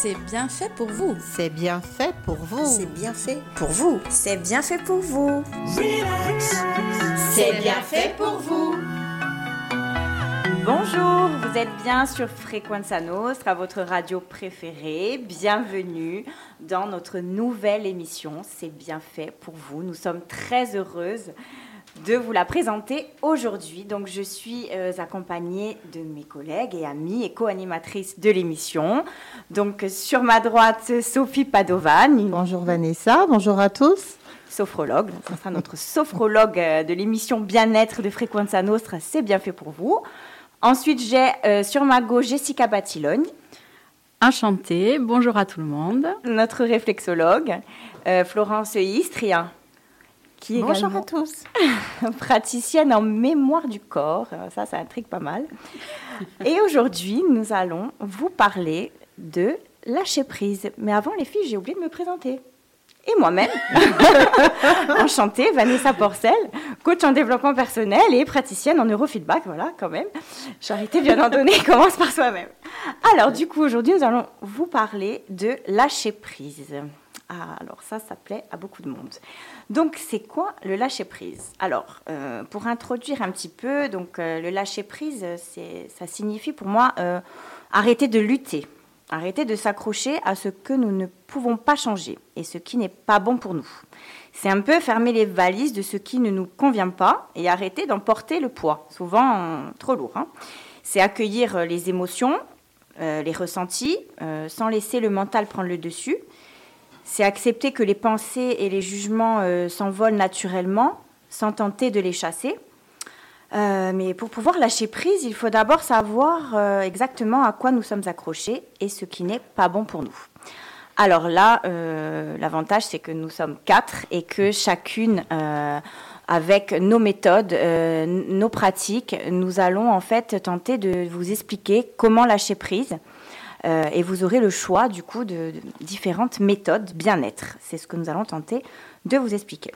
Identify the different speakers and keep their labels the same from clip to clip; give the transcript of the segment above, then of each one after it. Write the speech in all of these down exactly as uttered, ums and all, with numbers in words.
Speaker 1: C'est bien fait pour vous.
Speaker 2: C'est bien fait pour vous.
Speaker 3: C'est bien fait pour vous. C'est bien fait pour vous.
Speaker 4: Relax. C'est bien fait pour vous.
Speaker 5: Bonjour, vous êtes bien sur Frequenza Nostra, votre radio préférée. Bienvenue dans notre nouvelle émission. C'est bien fait pour vous. Nous sommes très heureuses de vous la présenter aujourd'hui. Donc, je suis euh, accompagnée de mes collègues et amies et co-animatrices de l'émission. Donc, sur ma droite, Sophie Padovan.
Speaker 2: Bonjour Vanessa, bonjour à tous.
Speaker 5: Sophrologue. Donc, ça sera notre sophrologue de l'émission Bien-être de Frequenza Nostra. C'est bien fait pour vous. Ensuite, j'ai euh, sur ma gauche Jessica Batilogne.
Speaker 6: Enchantée, bonjour à tout le monde.
Speaker 5: Notre réflexologue, euh, Florence Istria. Qui est
Speaker 2: bonjour à tous.
Speaker 5: Praticienne en mémoire du corps. Ça, ça intrigue pas mal. Et aujourd'hui, nous allons vous parler de lâcher prise. Mais avant, les filles, j'ai oublié de me présenter. Et moi-même, enchantée, Vanessa Porcel, coach en développement personnel et praticienne en neurofeedback, voilà, quand même. Charité bien ordonnée commence par soi-même. Alors, du coup, aujourd'hui, nous allons vous parler de lâcher prise. Ah, alors ça, ça plaît à beaucoup de monde. Donc, c'est quoi le lâcher prise ? Alors, euh, pour introduire un petit peu, donc euh, le lâcher prise, c'est, ça signifie pour moi euh, arrêter de lutter. Arrêter de s'accrocher à ce que nous ne pouvons pas changer et ce qui n'est pas bon pour nous. C'est un peu fermer les valises de ce qui ne nous convient pas et arrêter d'en porter le poids, souvent euh, trop lourd. Hein. C'est accueillir les émotions, euh, les ressentis, euh, sans laisser le mental prendre le dessus. C'est accepter que les pensées et les jugements euh, s'envolent naturellement, sans tenter de les chasser. Euh, mais pour pouvoir lâcher prise, il faut d'abord savoir euh, exactement à quoi nous sommes accrochés et ce qui n'est pas bon pour nous. Alors là, euh, l'avantage, c'est que nous sommes quatre et que chacune, euh, avec nos méthodes, euh, nos pratiques, nous allons en fait tenter de vous expliquer comment lâcher prise. Euh, et vous aurez le choix, du coup, de, de différentes méthodes bien-être. C'est ce que nous allons tenter de vous expliquer.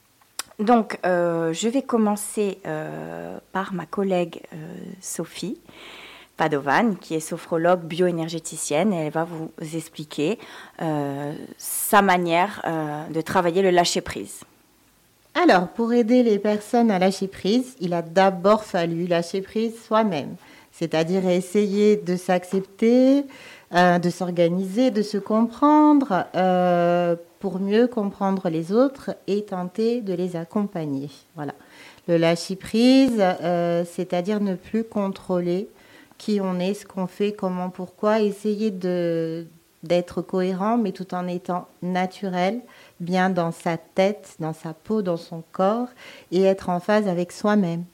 Speaker 5: Donc, euh, je vais commencer euh, par ma collègue euh, Sophie Padovan, qui est sophrologue bioénergéticienne. Et elle va vous expliquer euh, sa manière euh, de travailler le lâcher-prise.
Speaker 2: Alors, pour aider les personnes à lâcher prise, il a d'abord fallu lâcher prise soi-même. C'est-à-dire essayer de s'accepter, euh, de s'organiser, de se comprendre euh, pour mieux comprendre les autres et tenter de les accompagner. Voilà. Le lâcher-prise, euh, c'est-à-dire ne plus contrôler qui on est, ce qu'on fait, comment, pourquoi, essayer de, d'être cohérent, mais tout en étant naturel, bien dans sa tête, dans sa peau, dans son corps, et être en phase avec soi-même.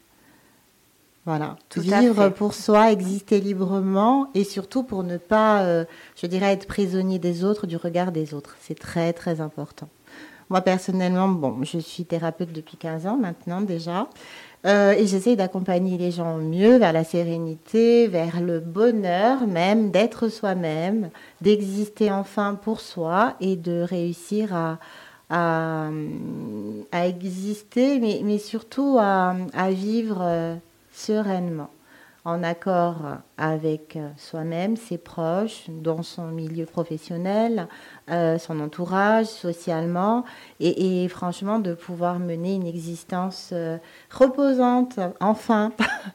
Speaker 2: Voilà,
Speaker 5: tout
Speaker 2: vivre pour soi, exister librement et surtout pour ne pas, euh, je dirais, être prisonnier des autres, du regard des autres. C'est très, très important. Moi, personnellement, bon, je suis thérapeute depuis quinze ans maintenant déjà euh, et j'essaie d'accompagner les gens mieux vers la sérénité, vers le bonheur même, d'être soi-même, d'exister enfin pour soi et de réussir à, à, à exister, mais, mais surtout à, à vivre... Euh, sereinement, en accord avec soi-même, ses proches, dans son milieu professionnel, euh, son entourage, socialement, et, et franchement de pouvoir mener une existence euh, reposante, enfin.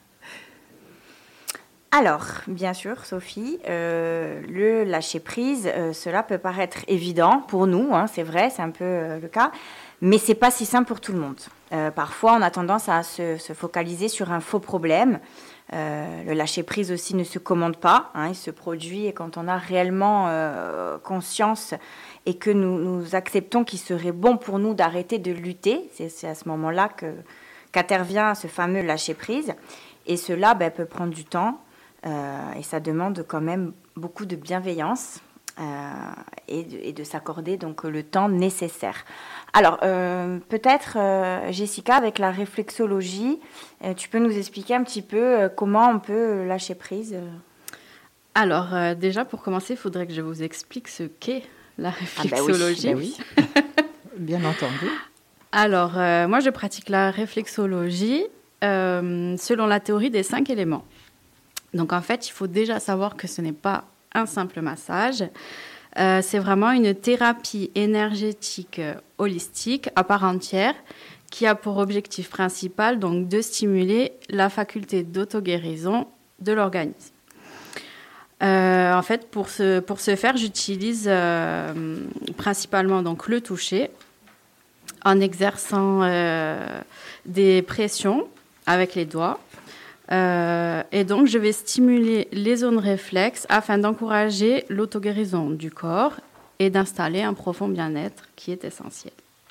Speaker 5: Alors, bien sûr, Sophie, euh, le lâcher-prise, euh, cela peut paraître évident pour nous, hein, c'est vrai, c'est un peu euh, le cas, mais ce n'est pas si simple pour tout le monde. Euh, parfois, on a tendance à se, se focaliser sur un faux problème. Euh, le lâcher-prise aussi ne se commande pas, hein, il se produit et quand on a réellement euh, conscience et que nous, nous acceptons qu'il serait bon pour nous d'arrêter de lutter, c'est, c'est à ce moment-là que, qu'intervient ce fameux lâcher-prise. Et cela ben, peut prendre du temps euh, et ça demande quand même beaucoup de bienveillance euh, et, de, et de s'accorder donc le temps nécessaire. Alors, euh, peut-être, euh, Jessica, avec la réflexologie, euh, tu peux nous expliquer un petit peu euh, comment on peut lâcher prise ?
Speaker 6: Alors, euh, déjà, pour commencer, il faudrait que je vous explique ce qu'est la réflexologie.
Speaker 5: Ah bah oui, bah
Speaker 2: oui. Bien entendu.
Speaker 6: Alors, euh, moi, je pratique la réflexologie euh, selon la théorie des cinq éléments. Donc, en fait, il faut déjà savoir que ce n'est pas un simple massage. Euh, c'est vraiment une thérapie énergétique euh, holistique à part entière qui a pour objectif principal donc, de stimuler la faculté d'auto-guérison de l'organisme. Euh, en fait, pour ce, pour ce faire, j'utilise euh, principalement donc, le toucher en exerçant euh, des pressions avec les doigts. Euh, et donc, je vais stimuler les zones réflexes afin d'encourager l'auto-guérison du corps et d'installer un profond bien-être qui est essentiel.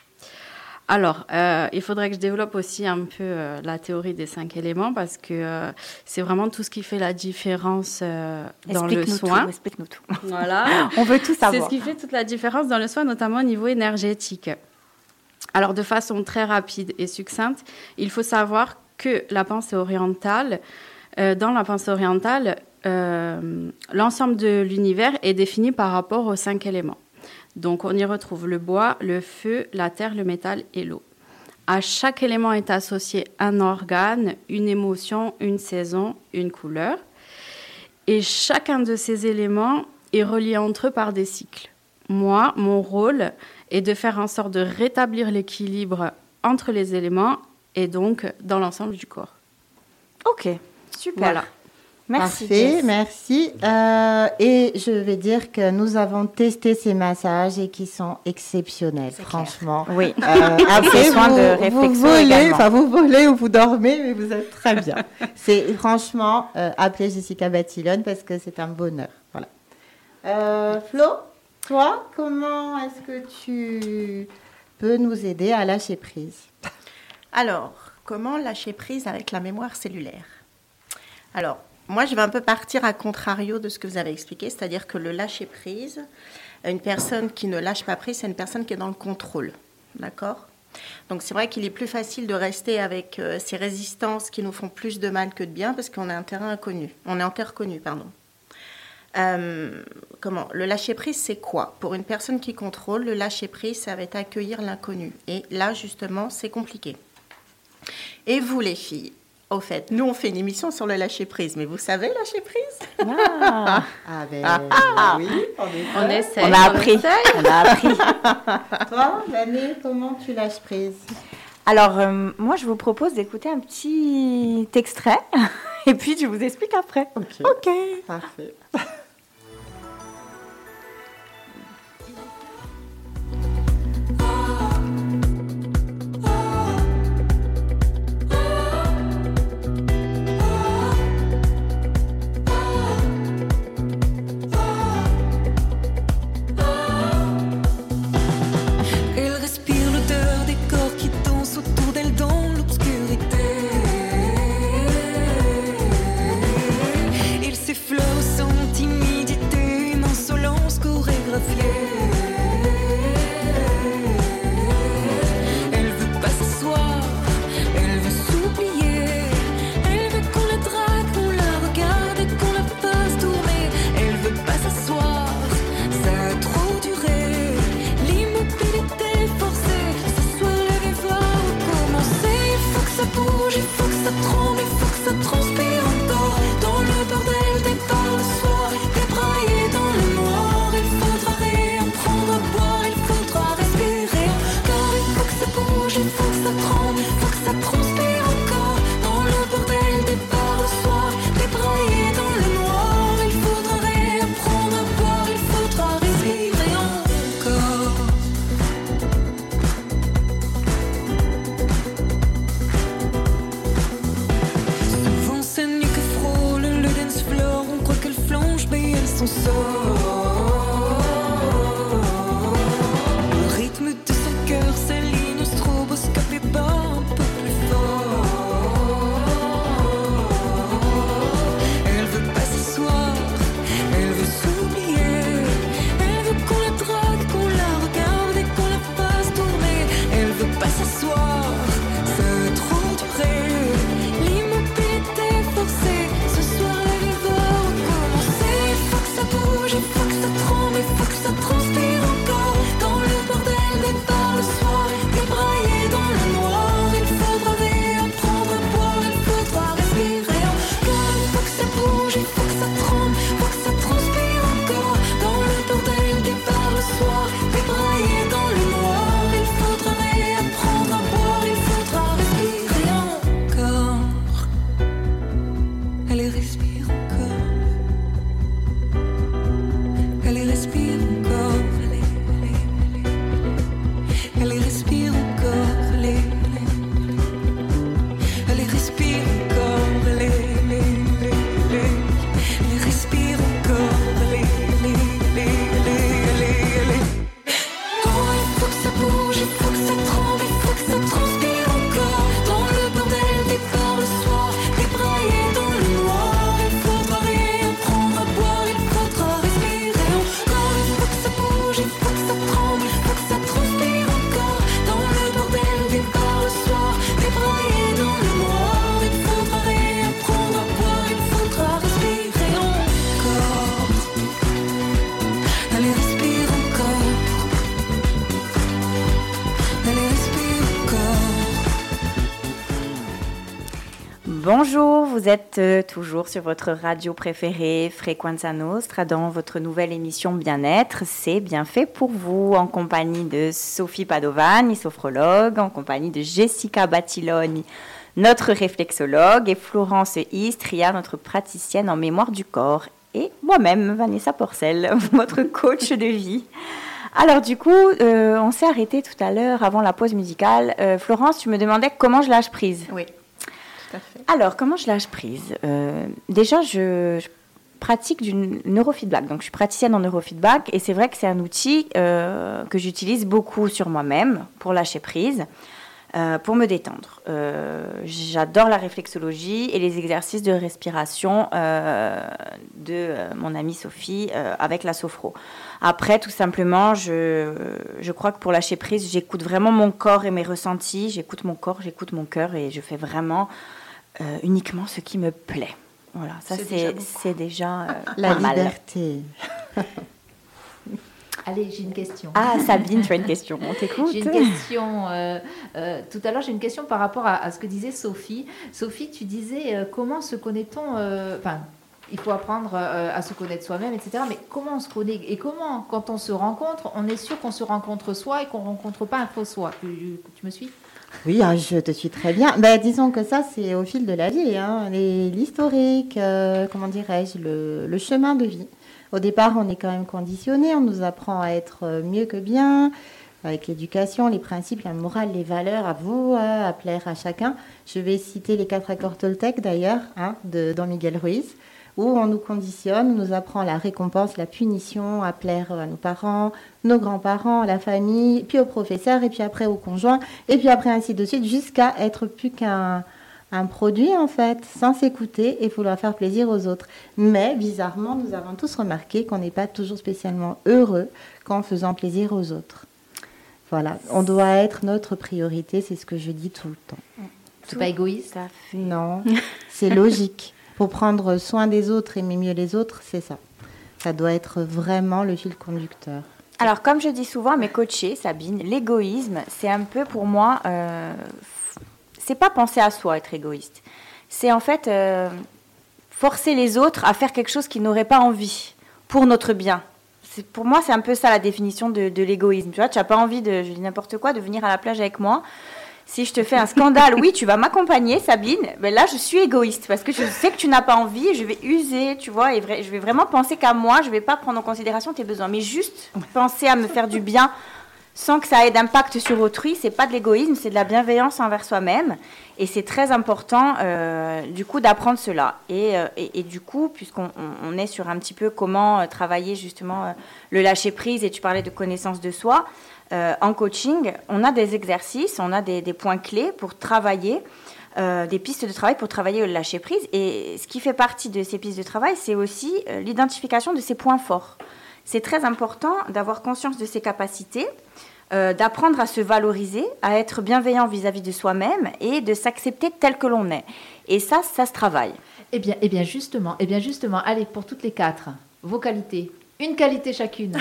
Speaker 6: Alors, euh, il faudrait que je développe aussi un peu euh, la théorie des cinq éléments parce que euh, c'est vraiment tout ce qui fait la différence euh, dans le soin.
Speaker 5: Tout, explique-nous tout.
Speaker 6: Voilà.
Speaker 5: On veut tout savoir.
Speaker 6: C'est ce qui fait toute la différence dans le soin, notamment au niveau énergétique. Alors, de façon très rapide et succincte, il faut savoir que la pensée orientale, euh, dans la pensée orientale, euh, l'ensemble de l'univers est défini par rapport aux cinq éléments. Donc, on y retrouve le bois, le feu, la terre, le métal et l'eau. À chaque élément est associé un organe, une émotion, une saison, une couleur. Et chacun de ces éléments est relié entre eux par des cycles. Moi, mon rôle est de faire en sorte de rétablir l'équilibre entre les éléments et donc dans l'ensemble du corps.
Speaker 5: Ok, super.
Speaker 6: Voilà.
Speaker 5: Merci.
Speaker 2: Parfait,
Speaker 5: Jess.
Speaker 2: merci. Euh, et je vais dire que nous avons testé ces massages et qui sont exceptionnels,
Speaker 5: C'est
Speaker 2: franchement.
Speaker 5: Oui.
Speaker 2: Euh, après,
Speaker 5: soins
Speaker 2: vous,
Speaker 5: de
Speaker 2: vous
Speaker 5: réflexion
Speaker 2: volez,
Speaker 5: également.
Speaker 2: enfin vous volez ou vous dormez, mais vous êtes très bien. C'est franchement, euh, appelez Jessica Batilone parce que c'est un bonheur. Voilà. Euh, Flo, toi, comment est-ce que tu peux nous aider à lâcher prise?
Speaker 1: Alors, comment lâcher prise avec la mémoire cellulaire? Alors, moi, je vais un peu partir à contrario de ce que vous avez expliqué, c'est-à-dire que le lâcher prise, une personne qui ne lâche pas prise, c'est une personne qui est dans le contrôle, d'accord? Donc, c'est vrai qu'il est plus facile de rester avec euh, ces résistances qui nous font plus de mal que de bien, parce qu'on est un terrain inconnu, on est en terre connue, pardon. Euh, comment? Le lâcher prise, c'est quoi? Pour une personne qui contrôle, le lâcher prise, ça va être accueillir l'inconnu. Et là, justement, c'est compliqué. Et vous, les filles, au fait, nous, on fait une émission sur le lâcher-prise, mais vous savez lâcher prise?
Speaker 5: Ah,
Speaker 2: Ah ben
Speaker 1: Ah, ah.
Speaker 2: oui, on est
Speaker 6: On essaie.
Speaker 5: on a appris. On a appris.
Speaker 2: Toi, Vanné, comment tu lâches prise?
Speaker 5: Alors, euh, moi, je vous propose d'écouter un petit extrait et puis je vous explique après.
Speaker 2: Ok.
Speaker 5: Ok.
Speaker 2: Parfait.
Speaker 7: Elle respire l'odeur des corps qui dansent autour d'elle dans l'obscurité. Il s'effleure sans timidité, une insolence chorégraphiée. Elle veut pas s'asseoir, elle veut s'oublier. Elle veut qu'on la drague, qu'on la regarde et qu'on la fasse tourner. Elle veut pas s'asseoir, ça a trop duré. L'immobilité forcée, ce soir le rêve va recommencer. Il faut que ça bouge, il faut que ça tremble, il faut que ça transpire encore. Dans le bordel des bars le soir, débraillé dans le noir. Il faudra réapprendre à boire, il faudra respirer. Car il faut que ça bouge, il faut que ça tremble, il faut que ça transpire encore. Dans le bordel des bars le soir, débraillé dans le noir. Il faudra réapprendre à boire, il faudra respirer encore. Souvent c'est nu que frôle le dance floor. On croit qu'elle flanche mais elle s'en sort. Le rythme de son cœur s'aligne au stroboscope et bat un peu plus fort. Elle veut pas s'asseoir, elle veut s'oublier. Elle veut qu'on la drague, qu'on la regarde et qu'on la fasse tourner. Elle veut pas s'asseoir, ça a trop duré. L'immobilité forcée, ce soir la vie va recommencer. Il faut que ça bouge, il faut que
Speaker 5: Bonjour, vous êtes euh, toujours sur votre radio préférée Frequenza Nostra dans votre nouvelle émission Bien-être. C'est bien fait pour vous en compagnie de Sophie Padovani, sophrologue, en compagnie de Jessica Battiloni, notre réflexologue, et Florence Istria, notre praticienne en mémoire du corps, et moi-même, Vanessa Porcel, votre coach de vie. Alors du coup, euh, on s'est arrêté tout à l'heure avant la pause musicale. Euh, Florence, tu me demandais comment je lâche prise.
Speaker 1: Oui, tout à fait.
Speaker 5: Alors, comment je lâche prise euh, Déjà, je, je pratique du neurofeedback. Donc, je suis praticienne en neurofeedback et c'est vrai que c'est un outil euh, que j'utilise beaucoup sur moi-même pour lâcher prise, euh, pour me détendre. Euh, j'adore la réflexologie et les exercices de respiration euh, de euh, mon amie Sophie euh, avec la sophro. Après, tout simplement, je, je crois que pour lâcher prise, j'écoute vraiment mon corps et mes ressentis. J'écoute mon corps, j'écoute mon cœur et je fais vraiment euh, uniquement ce qui me plaît. Voilà, ça c'est, c'est déjà, c'est déjà euh,
Speaker 2: la
Speaker 5: pas
Speaker 2: liberté.
Speaker 8: Allez, j'ai une question.
Speaker 5: Ah, Sabine, tu as une question, on t'écoute.
Speaker 8: J'ai une question. Euh, euh, tout à l'heure, j'ai une question par rapport à, à ce que disait Sophie. Sophie, tu disais euh, comment se connaît-on euh, Enfin, il faut apprendre euh, à se connaître soi-même, et cetera. Mais comment on se connaît et comment, quand on se rencontre, on est sûr qu'on se rencontre soi et qu'on ne rencontre pas un faux soi. Tu, tu me suis ?
Speaker 2: Oui, ah, je te suis très bien. Ben, disons que ça, c'est au fil de la vie. Hein. Les, l'historique, euh, comment dirais-je, le, le chemin de vie. Au départ, on est quand même conditionné, on nous apprend à être mieux que bien, avec l'éducation, les principes, la morale, les valeurs, à vous, à plaire à chacun. Je vais citer les quatre accords Toltec, d'ailleurs, hein, de Don Miguel Ruiz, où on nous conditionne, on nous apprend la récompense, la punition, à plaire à nos parents, nos grands-parents, à la famille, puis aux professeurs, et puis après aux conjoints, et puis après ainsi de suite, jusqu'à être plus qu'un... un produit, en fait, sans s'écouter et vouloir faire plaisir aux autres. Mais, bizarrement, nous avons tous remarqué qu'on n'est pas toujours spécialement heureux qu'en faisant plaisir aux autres. Voilà, on doit être notre priorité, c'est ce que je dis tout le temps.
Speaker 8: C'est pas égoïste ?
Speaker 5: Ça fait...
Speaker 2: Non, c'est logique. Pour prendre soin des autres, aimer mieux les autres, c'est ça. Ça doit être vraiment le fil conducteur.
Speaker 5: Alors, comme je dis souvent à mes coachés, Sabine, l'égoïsme, c'est un peu pour moi... Euh, c'est pas penser à soi, être égoïste. C'est en fait euh, forcer les autres à faire quelque chose qu'ils n'auraient pas envie pour notre bien. C'est, pour moi, c'est un peu ça la définition de, de l'égoïsme. Tu vois, tu n'as pas envie de, je dis n'importe quoi, de venir à la plage avec moi. Si je te fais un scandale, oui, tu vas m'accompagner, Sabine. Ben là, je suis égoïste parce que je sais que tu n'as pas envie et je vais user, tu vois, et vrai, je vais vraiment penser qu'à moi. Je ne vais pas prendre en considération tes besoins, mais juste penser à me faire du bien sans que ça ait d'impact sur autrui. C'est pas de l'égoïsme, c'est de la bienveillance envers soi-même. Et c'est très important, euh, du coup, d'apprendre cela. Et, euh, et, et du coup, puisqu'on on, on est sur un petit peu comment euh, travailler justement euh, le lâcher-prise, et tu parlais de connaissance de soi, euh, en coaching, on a des exercices, on a des, des points clés pour travailler, euh, des pistes de travail pour travailler le lâcher-prise. Et ce qui fait partie de ces pistes de travail, c'est aussi euh, l'identification de ses points forts. C'est très important d'avoir conscience de ses capacités, euh, d'apprendre à se valoriser, à être bienveillant vis-à-vis de soi-même et de s'accepter tel que l'on est. Et ça, ça se travaille.
Speaker 8: Eh bien, eh bien justement, eh bien justement, allez, pour toutes les quatre, vos qualités. Une qualité chacune.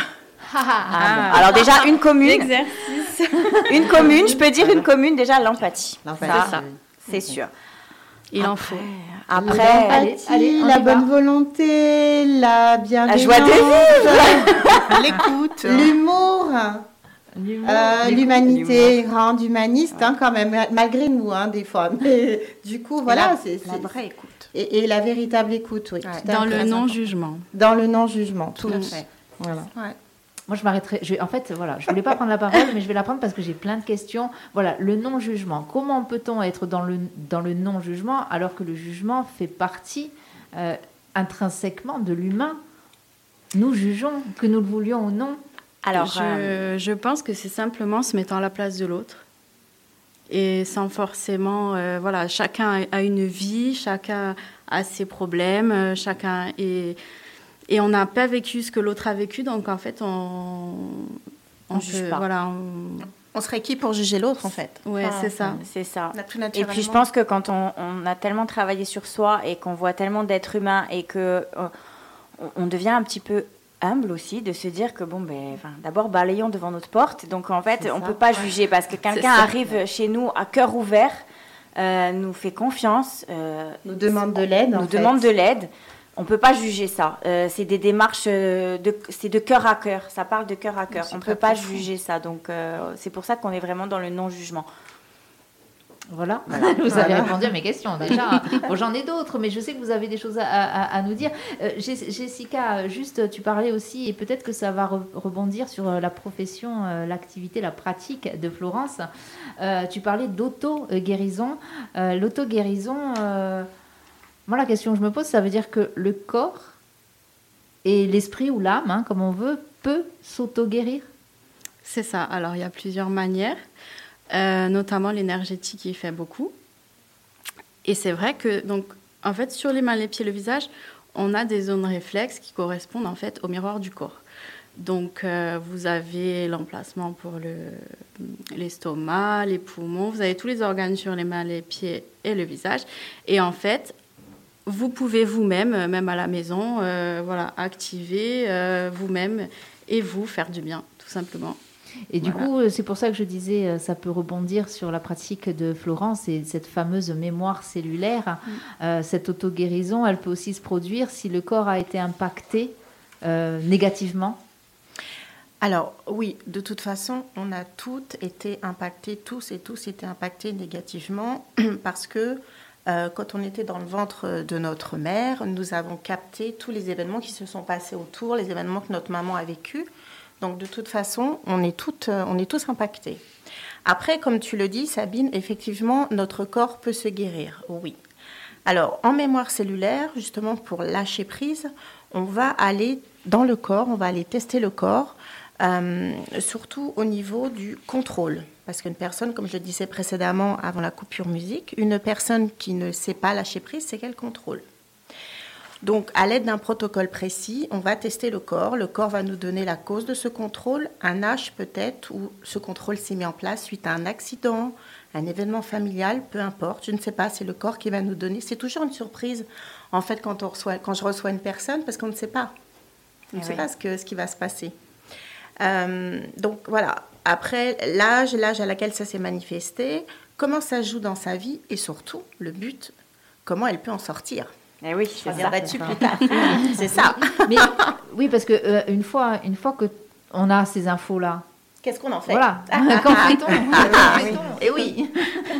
Speaker 5: Ah, bon. Alors déjà, une commune.
Speaker 6: L'exercice.
Speaker 5: Une commune, je peux dire une commune, déjà l'empathie.
Speaker 2: L'empathie,
Speaker 5: Ça,
Speaker 6: c'est ça.
Speaker 5: c'est sûr.
Speaker 6: Il en faut.
Speaker 5: Après,
Speaker 8: Allez, allez, on
Speaker 2: la
Speaker 8: y
Speaker 2: bonne
Speaker 8: va.
Speaker 2: volonté, la bienveillance,
Speaker 5: joie de vivre.
Speaker 1: L'écoute.
Speaker 2: l'humour,
Speaker 8: L'humour,
Speaker 2: euh,
Speaker 8: l'écoute,
Speaker 2: l'humanité, grande humaniste, hein, quand même, malgré nous, hein, des fois. Mais du coup, voilà,
Speaker 1: la,
Speaker 2: c'est,
Speaker 1: la
Speaker 2: c'est-
Speaker 1: vraie écoute.
Speaker 2: Et, et la véritable écoute, oui.
Speaker 1: Ouais.
Speaker 2: tout à
Speaker 6: Dans
Speaker 2: fait.
Speaker 6: le
Speaker 1: très
Speaker 6: non-jugement.
Speaker 2: Dans le non-jugement,
Speaker 1: Tout
Speaker 2: tout.
Speaker 1: à fait.
Speaker 2: Voilà.
Speaker 1: Ouais.
Speaker 8: Moi, je m'arrêterai. Je, en fait, voilà, je voulais pas prendre la parole, mais je vais la prendre parce que j'ai plein de questions. Voilà, le non-jugement. Comment peut-on être dans le, dans le non-jugement alors que le jugement fait partie euh, intrinsèquement de l'humain ? Nous jugeons, que nous le voulions ou non.
Speaker 5: alors,
Speaker 6: je,
Speaker 5: euh,
Speaker 6: je pense que c'est simplement se mettant à la place de l'autre. Et sans forcément... euh, voilà, chacun a une vie, chacun a ses problèmes, euh, chacun est... Et on n'a pas vécu ce que l'autre a vécu, donc en fait, on...
Speaker 5: On juge pas.
Speaker 6: Voilà, on-
Speaker 1: On serait qui pour juger l'autre, en fait?
Speaker 6: ouais,
Speaker 1: Enfin,
Speaker 6: c'est ça.
Speaker 5: c'est ça.
Speaker 1: on a tout
Speaker 5: Et
Speaker 1: naturellement.
Speaker 5: puis je pense que quand on, on a tellement travaillé sur soi et qu'on voit tellement d'êtres humains et que euh, on, on devient un petit peu humble aussi de se dire que bon ben enfin, d'abord balayons devant notre porte. Donc en fait
Speaker 2: C'est
Speaker 5: on
Speaker 2: ça.
Speaker 5: peut pas juger parce que quelqu'un
Speaker 6: ça.
Speaker 5: arrive chez nous à cœur ouvert. euh, nous fait confiance, euh,
Speaker 2: Nous demande de l'aide.
Speaker 5: nous
Speaker 2: en fait.
Speaker 5: demande de l'aide. On ne peut pas juger ça. Euh, c'est des démarches, euh, de, c'est de cœur à cœur. Ça parle de cœur à cœur.
Speaker 1: C'est
Speaker 5: On ne
Speaker 1: très
Speaker 5: peut pas
Speaker 1: profond.
Speaker 5: juger ça. Donc, euh, c'est pour ça qu'on est vraiment dans le non-jugement.
Speaker 8: Voilà, vous avez répondu à mes questions déjà. Bon, j'en ai d'autres, mais je sais que vous avez des choses à, à- à nous dire. Euh, Jess- Jessica, juste, tu parlais aussi, et peut-être que ça va re- rebondir sur euh, la profession, euh, l'activité, la pratique de Florence. Euh, tu parlais d'auto-guérison. Euh, L'auto-guérison, euh, moi, la question que je me pose, ça veut dire que le corps et l'esprit ou l'âme, hein, comme on veut, peut s'auto-guérir.
Speaker 6: C'est ça. Alors, il y a plusieurs manières, euh, notamment l'énergétique y fait beaucoup. Et c'est vrai que, donc, en fait, sur les mains, les pieds, le visage, on a des zones réflexes qui correspondent en fait au miroir du corps. Donc, euh, vous avez l'emplacement pour le, l'estomac, les poumons, vous avez tous les organes sur les mains, les pieds et le visage. Et en fait, vous pouvez vous-même, euh, même à la maison, euh, voilà, activer euh, vous-même et vous faire du bien, tout simplement.
Speaker 8: Et du
Speaker 6: Voilà.
Speaker 8: coup, euh, c'est pour ça que je disais, euh, ça peut rebondir sur la pratique de Florence et cette fameuse mémoire cellulaire. Euh, cette auto-guérison, elle peut aussi se produire si le corps a été impacté euh, négativement.
Speaker 1: Alors oui, de toute façon, on a toutes été impactés, tous et tous été impactés négativement parce que euh, quand on était dans le ventre de notre mère, nous avons capté tous les événements qui se sont passés autour, les événements que notre maman a vécus. Donc de toute façon, on est, toutes, euh, on est tous impactés. Après, comme tu le dis, Sabine, effectivement, notre corps peut se guérir, oui. Alors, en mémoire cellulaire, justement pour lâcher prise, on va aller dans le corps, on va aller tester le corps, euh, surtout au niveau du contrôle. Parce qu'une personne, comme je le disais précédemment avant la coupure musique, une personne qui ne sait pas lâcher prise, c'est qu'elle contrôle. Donc, à l'aide d'un protocole précis, on va tester le corps. Le corps va nous donner la cause de ce contrôle, un âge peut-être où ce contrôle s'est mis en place suite à un accident, un événement familial, peu importe. Je ne sais pas, c'est le corps qui va nous donner. C'est toujours une surprise, en fait, quand, on reçoit, quand je reçois une personne, parce qu'on ne sait pas. On ne
Speaker 5: Eh
Speaker 1: sait
Speaker 5: oui.
Speaker 1: pas ce, que, ce qui va se passer. Euh, donc, voilà. Après, l'âge, l'âge à laquelle ça s'est manifesté, comment ça joue dans sa vie et surtout, le but, comment elle peut en sortir.
Speaker 5: Eh oui,
Speaker 1: Je
Speaker 5: c'est ça.
Speaker 1: reviendrai dessus plus tard. C'est ça.
Speaker 8: Mais oui, parce que euh, une fois, une fois que on a ces infos-là,
Speaker 1: Qu'est-ce qu'on en fait?
Speaker 8: voilà, qu'en fait-on
Speaker 1: Ah,
Speaker 8: Qu'en
Speaker 1: oui.
Speaker 8: fait-on
Speaker 1: Et oui.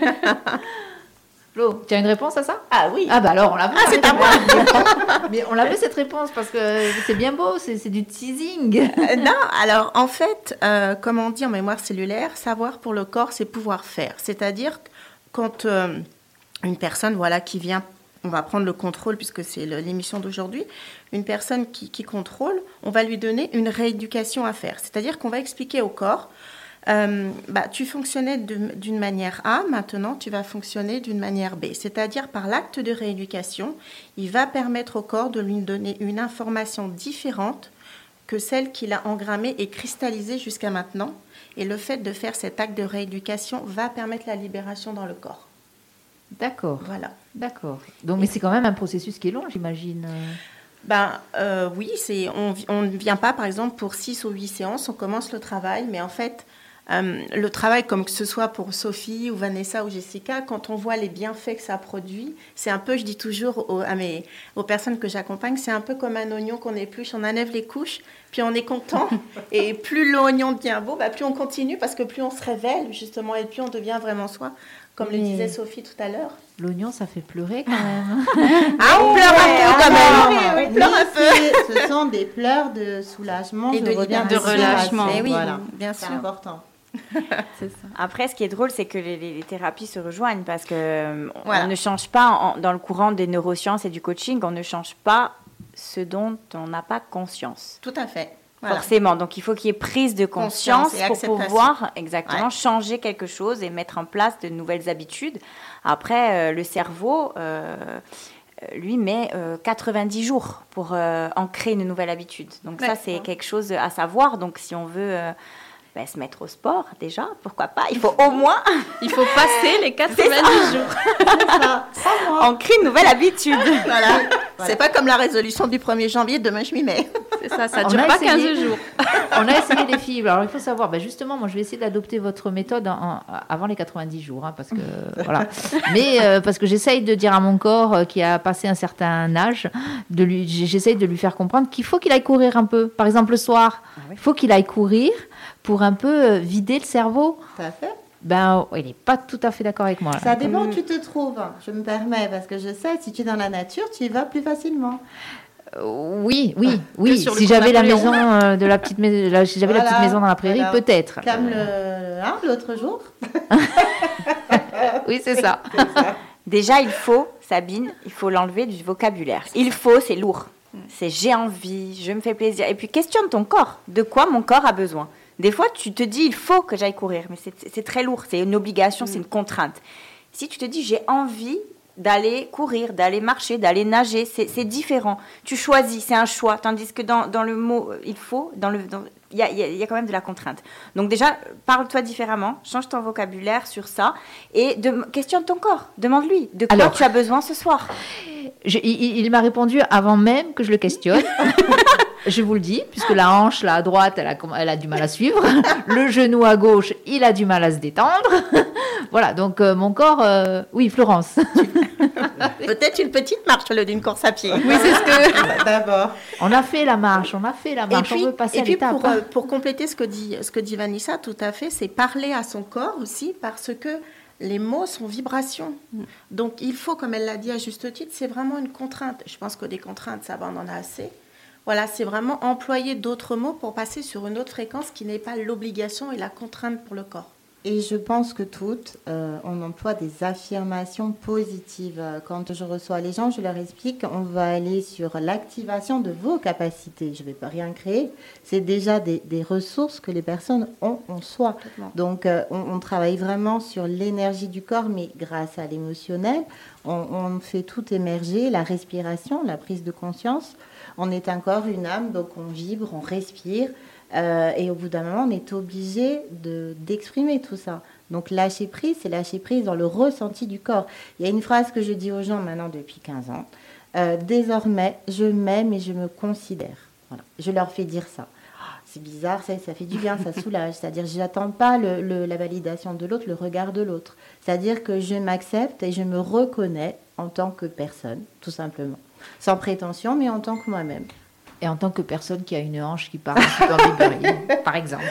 Speaker 8: Flo, tu as une réponse à ça?
Speaker 1: Ah oui.
Speaker 8: Ah bah alors on la veut.
Speaker 1: Ah, c'est à moi.
Speaker 8: Mais on la veut cette réponse parce que c'est bien beau, c'est c'est du teasing.
Speaker 1: Euh, non, alors en fait, euh, comme on dit en mémoire cellulaire, savoir pour le corps, c'est pouvoir faire. C'est-à-dire que quand euh, une personne voilà, qui vient, on va prendre le contrôle puisque c'est le- l'émission d'aujourd'hui, une personne qui, qui contrôle, on va lui donner une rééducation à faire. C'est-à-dire qu'on va expliquer au corps, euh, bah, tu fonctionnais de- d'une manière A, maintenant tu vas fonctionner d'une manière B. C'est-à-dire par l'acte de rééducation, il va permettre au corps de lui donner une information différente que celle qu'il a engrammée et cristallisée jusqu'à maintenant. Et le fait de faire cet acte de rééducation va permettre la libération dans le corps.
Speaker 8: D'accord,
Speaker 1: Voilà.
Speaker 8: d'accord. Donc, mais c'est quand même un processus qui est long, j'imagine.
Speaker 1: Ben euh, oui, c'est, on on ne vient pas, par exemple, pour six ou huit séances, on commence le travail, mais en fait, euh, le travail, comme que ce soit pour Sophie ou Vanessa ou Jessica, quand on voit les bienfaits que ça produit, c'est un peu, je dis toujours aux, à mes, aux personnes que j'accompagne, c'est un peu comme un oignon qu'on épluche, on enlève les couches, puis on est content, et plus l'oignon devient beau, bah, plus on continue, parce que plus on se révèle, justement, et plus on devient vraiment soi, comme le
Speaker 8: Mais-
Speaker 1: disait Sophie tout à l'heure.
Speaker 8: L'oignon, ça fait pleurer quand même.
Speaker 1: Ah, on pleure un peu quand même.
Speaker 2: Oui,
Speaker 1: On pleure un peu.
Speaker 2: c'est- Ce sont des pleurs de soulagement
Speaker 1: Et
Speaker 2: je
Speaker 1: de
Speaker 2: reviens
Speaker 1: libération.
Speaker 2: dessus,
Speaker 6: De relâchement.
Speaker 2: là, c'est-
Speaker 1: Eh oui,
Speaker 2: voilà.
Speaker 1: bien
Speaker 2: C'est
Speaker 1: sûr.
Speaker 2: important.
Speaker 6: C'est ça.
Speaker 5: Après, ce qui est drôle, c'est que les, les- les thérapies se rejoignent parce que euh,
Speaker 1: Voilà.
Speaker 5: on ne change pas, en- dans le courant des neurosciences et du coaching, on ne change pas ce dont on n'a pas conscience.
Speaker 1: Tout à fait. Voilà.
Speaker 5: Forcément. Donc, il faut qu'il y ait prise de conscience,
Speaker 1: Conscience et
Speaker 5: pour
Speaker 1: acceptation.
Speaker 5: pouvoir exactement
Speaker 1: Ouais.
Speaker 5: changer quelque chose et mettre en place de nouvelles habitudes. Après, euh, le cerveau, euh, euh, lui, met euh, quatre-vingt-dix jours pour euh, ancrer une nouvelle habitude. Donc, ça,
Speaker 1: Ouais.
Speaker 5: c'est quelque chose à savoir. Donc, si on veut euh, ben, se mettre au sport, déjà, pourquoi pas, il faut au moins
Speaker 6: Il faut passer les quatre-vingt-dix jours.
Speaker 5: ancrer une nouvelle habitude.
Speaker 1: Voilà. C'est pas comme la résolution du premier janvier, demain je m'y mets.
Speaker 6: C'est ça, ça
Speaker 8: On
Speaker 6: dure
Speaker 8: a
Speaker 6: pas
Speaker 8: essayé.
Speaker 6: quinze jours.
Speaker 8: On a essayé les filles. Alors il faut savoir, ben justement, moi je vais essayer d'adopter votre méthode en- en- avant les quatre-vingt-dix jours, hein, parce que voilà. Mais euh, parce que j'essaye de dire à mon corps euh, qui a passé un certain âge, de lui, j'essaye de lui faire comprendre qu'il faut qu'il aille courir un peu. Par exemple le soir, il faut qu'il aille courir pour un peu euh, vider le cerveau.
Speaker 2: Tout à fait.
Speaker 8: Ben il n'est pas tout à fait d'accord avec moi. là.
Speaker 2: Ça dépend où tu te trouves, hein, je me permets, parce que je sais, si tu es dans la nature, tu y vas plus facilement.
Speaker 8: Euh, oui, oui, oui.
Speaker 6: sur le
Speaker 8: Si
Speaker 6: camp
Speaker 8: j'avais la
Speaker 6: Napoléon.
Speaker 8: maison euh, de la petite maison, la- si j'avais la
Speaker 2: Voilà,
Speaker 8: petite maison dans la prairie,
Speaker 2: voilà.
Speaker 8: peut-être.
Speaker 2: Comme le, hein, l'autre jour.
Speaker 8: Oui, c'est ça.
Speaker 5: Déjà, il faut, Sabine, il faut l'enlever du vocabulaire. Il faut, c'est lourd. C'est j'ai envie, je me fais plaisir. Et puis, questionne ton corps. De quoi mon corps a besoin? Des fois, tu te dis, il faut que j'aille courir. Mais c'est, c'est très lourd. C'est une obligation, c'est une contrainte. Si tu te dis, j'ai envie d'aller courir, d'aller marcher, d'aller nager, c'est, c'est différent. Tu choisis, c'est un choix. Tandis que dans, dans le mot euh, il faut, dans le, dans- il y a, il y a- il y a quand même de la contrainte. Donc déjà, parle-toi différemment, change ton vocabulaire sur ça et de, questionne ton corps. Demande-lui de quoi
Speaker 8: Alors.
Speaker 5: tu as besoin ce soir.
Speaker 8: Je- il, il m'a répondu avant même que je le questionne. Je vous le dis, puisque la hanche, là, à droite, elle a, comm- elle a du mal à suivre. Le genou à gauche, il a du mal à se détendre. Voilà, donc euh, mon corps... euh, Oui, Florence.
Speaker 1: Peut-être une petite marche au lieu d'une course à pied.
Speaker 5: Oui, c'est ce que...
Speaker 2: D'abord.
Speaker 8: On a fait la marche, on a fait la
Speaker 1: Et
Speaker 8: marche,
Speaker 1: puis,
Speaker 8: on veut passer
Speaker 1: et
Speaker 8: à
Speaker 1: puis
Speaker 8: l'étape.
Speaker 1: pour,
Speaker 8: hein.
Speaker 1: euh, pour compléter ce que dit, ce que dit Vanessa, tout à fait, c'est parler à son corps aussi parce que les mots sont vibrations. Donc il faut, comme elle l'a dit à juste titre, c'est vraiment une contrainte. Je pense que des contraintes, ça va, on en a assez. Voilà, c'est vraiment employer d'autres mots pour passer sur une autre fréquence qui n'est pas l'obligation et la contrainte pour le corps.
Speaker 2: Et je pense que toutes, euh, on emploie des affirmations positives. Euh, Quand je reçois les gens, je leur explique, on va aller sur l'activation de vos capacités. Je ne vais pas rien créer. C'est déjà des, des ressources que les personnes ont en soi.
Speaker 1: Complètement.
Speaker 2: Donc, euh, on, on travaille vraiment sur l'énergie du corps, mais grâce à l'émotionnel, on, on fait tout émerger, la respiration, la prise de conscience. On est un corps, une âme, donc on vibre, on respire. Euh, et au bout d'un moment, on est obligé de, d'exprimer tout ça. Donc lâcher prise, c'est lâcher prise dans le ressenti du corps. Il y a une phrase que je dis aux gens maintenant depuis quinze ans. Euh, désormais, je m'aime et je me considère. Voilà. Je leur fais dire ça. Ah, c'est bizarre, ça, ça fait du bien, ça soulage. C'est-à-dire, je n'attends pas le, le, la validation de l'autre, le regard de l'autre. C'est-à-dire que je m'accepte et je me reconnais en tant que personne, tout simplement. Sans prétention, mais en tant que moi-même.
Speaker 8: Et en tant que personne qui a une hanche qui part un petit peu en débris, par exemple.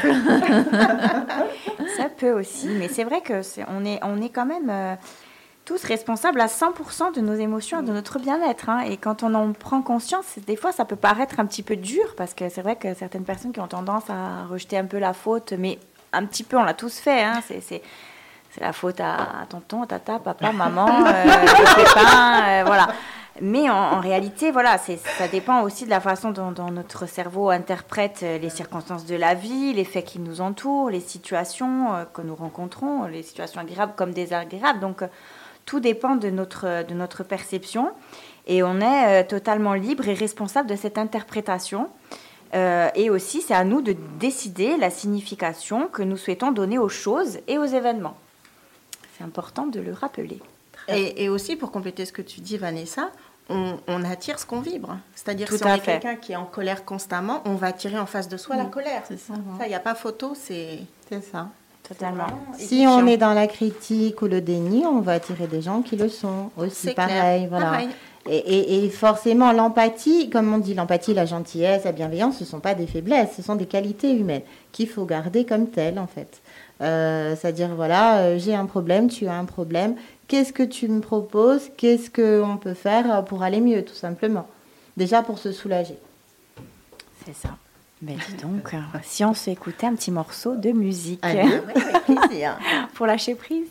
Speaker 5: Ça peut aussi, mais c'est vrai que c'est, on, est, on est quand même euh, tous responsables à cent pour cent de nos émotions, de notre bien-être. hein. Et quand on en prend conscience, c'est- des fois, ça peut paraître un petit peu dur, parce que c'est vrai que certaines personnes qui ont tendance à rejeter un peu la faute, mais un petit peu, on l'a tous fait. hein. C'est, c'est, c'est la faute à, à tonton, à tata, papa, maman, euh, les copains, euh, voilà. Mais en, en réalité, voilà, c'est, ça dépend aussi de la façon dont, dont notre cerveau interprète euh, les circonstances de la vie, les faits qui nous entourent, les situations euh, que nous rencontrons, les situations agréables comme désagréables. Donc, euh, tout dépend de notre, de notre perception. Et on est euh, totalement libre et responsable de cette interprétation. Euh, et aussi, c'est à nous de décider la signification que nous souhaitons donner aux choses et aux événements. C'est important de le rappeler.
Speaker 1: Et, et aussi, pour compléter ce que tu dis, Vanessa, on, on attire ce qu'on vibre. C'est-à-dire
Speaker 5: Tout
Speaker 1: si on
Speaker 5: à
Speaker 1: est
Speaker 5: fait.
Speaker 1: quelqu'un qui est en colère constamment, on va attirer en face de soi la colère.
Speaker 2: C'est ça.
Speaker 1: Ça, il n'y a pas photo, c'est...
Speaker 2: C'est ça.
Speaker 5: Totalement.
Speaker 2: Si on est dans la critique ou le déni, on va attirer des gens qui le sont aussi.
Speaker 1: C'est
Speaker 2: Pareil,
Speaker 1: clair.
Speaker 2: voilà.
Speaker 1: Pareil.
Speaker 2: Et, et- et forcément, l'empathie, comme on dit, l'empathie, la gentillesse, la bienveillance, ce ne sont pas des faiblesses, ce sont des qualités humaines qu'il faut garder comme telles, en fait. Euh, c'est-à-dire, voilà, euh, j'ai un problème, tu as un problème, qu'est-ce que tu me proposes, qu'est-ce qu'on peut faire pour aller mieux, tout simplement. Déjà pour se soulager.
Speaker 5: C'est ça. Ben dis donc, euh, si on s'écoutait un petit morceau de musique
Speaker 1: Allez, ouais, avec plaisir.
Speaker 5: pour lâcher prise.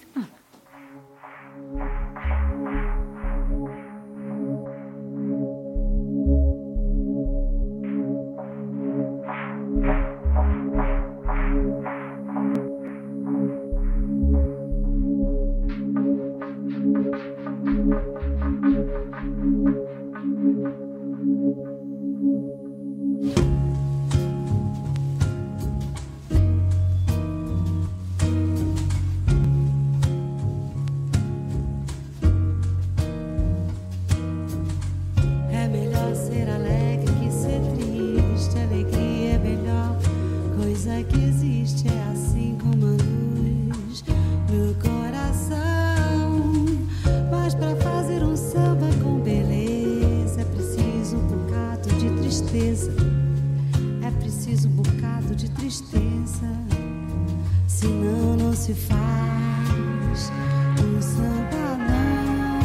Speaker 9: coisa que existe é assim como a luz no coração. Mas pra fazer um samba com beleza é preciso um bocado de tristeza. É preciso um bocado de tristeza. Senão não se faz um samba não.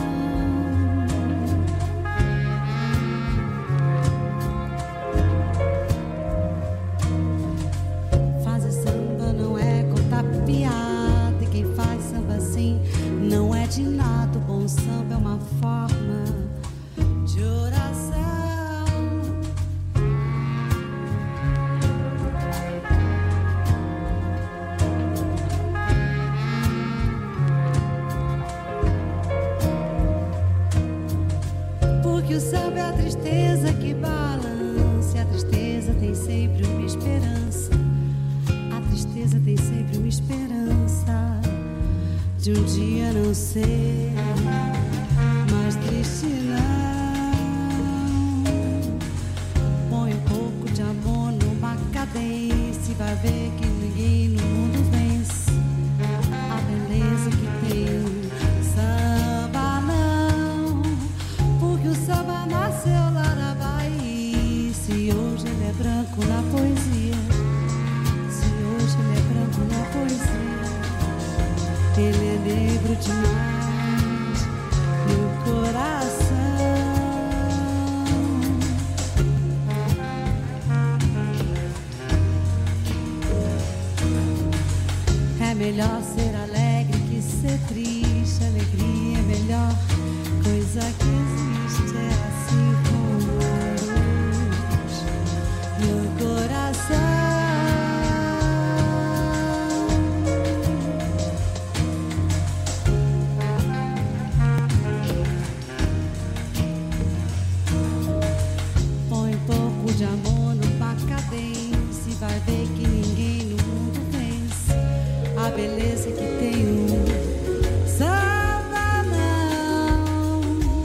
Speaker 9: Fazer samba não é contar piada. E quem faz samba assim não é de nada. O bom samba é uma forma de oração. Porque o samba é a tristeza que balança. E a tristeza tem sempre uma esperança. A tristeza tem sempre uma esperança de um dia não ser mais triste não. Põe um pouco de amor numa cadência e vai ver que ninguém no mundo vence a beleza que tem um samba não. Porque o samba nasceu lá na Bahia. Se hoje ele é branco na poesia, se hoje ele é branco na poesia, ele é negro demais no coração. É melhor ser alegre que ser triste. Alegria é a melhor coisa que existe. É assim como a luz no coração. Põe um pouco de amor numa cadência e vai ver que ninguém no mundo vence a beleza que tem um samba não.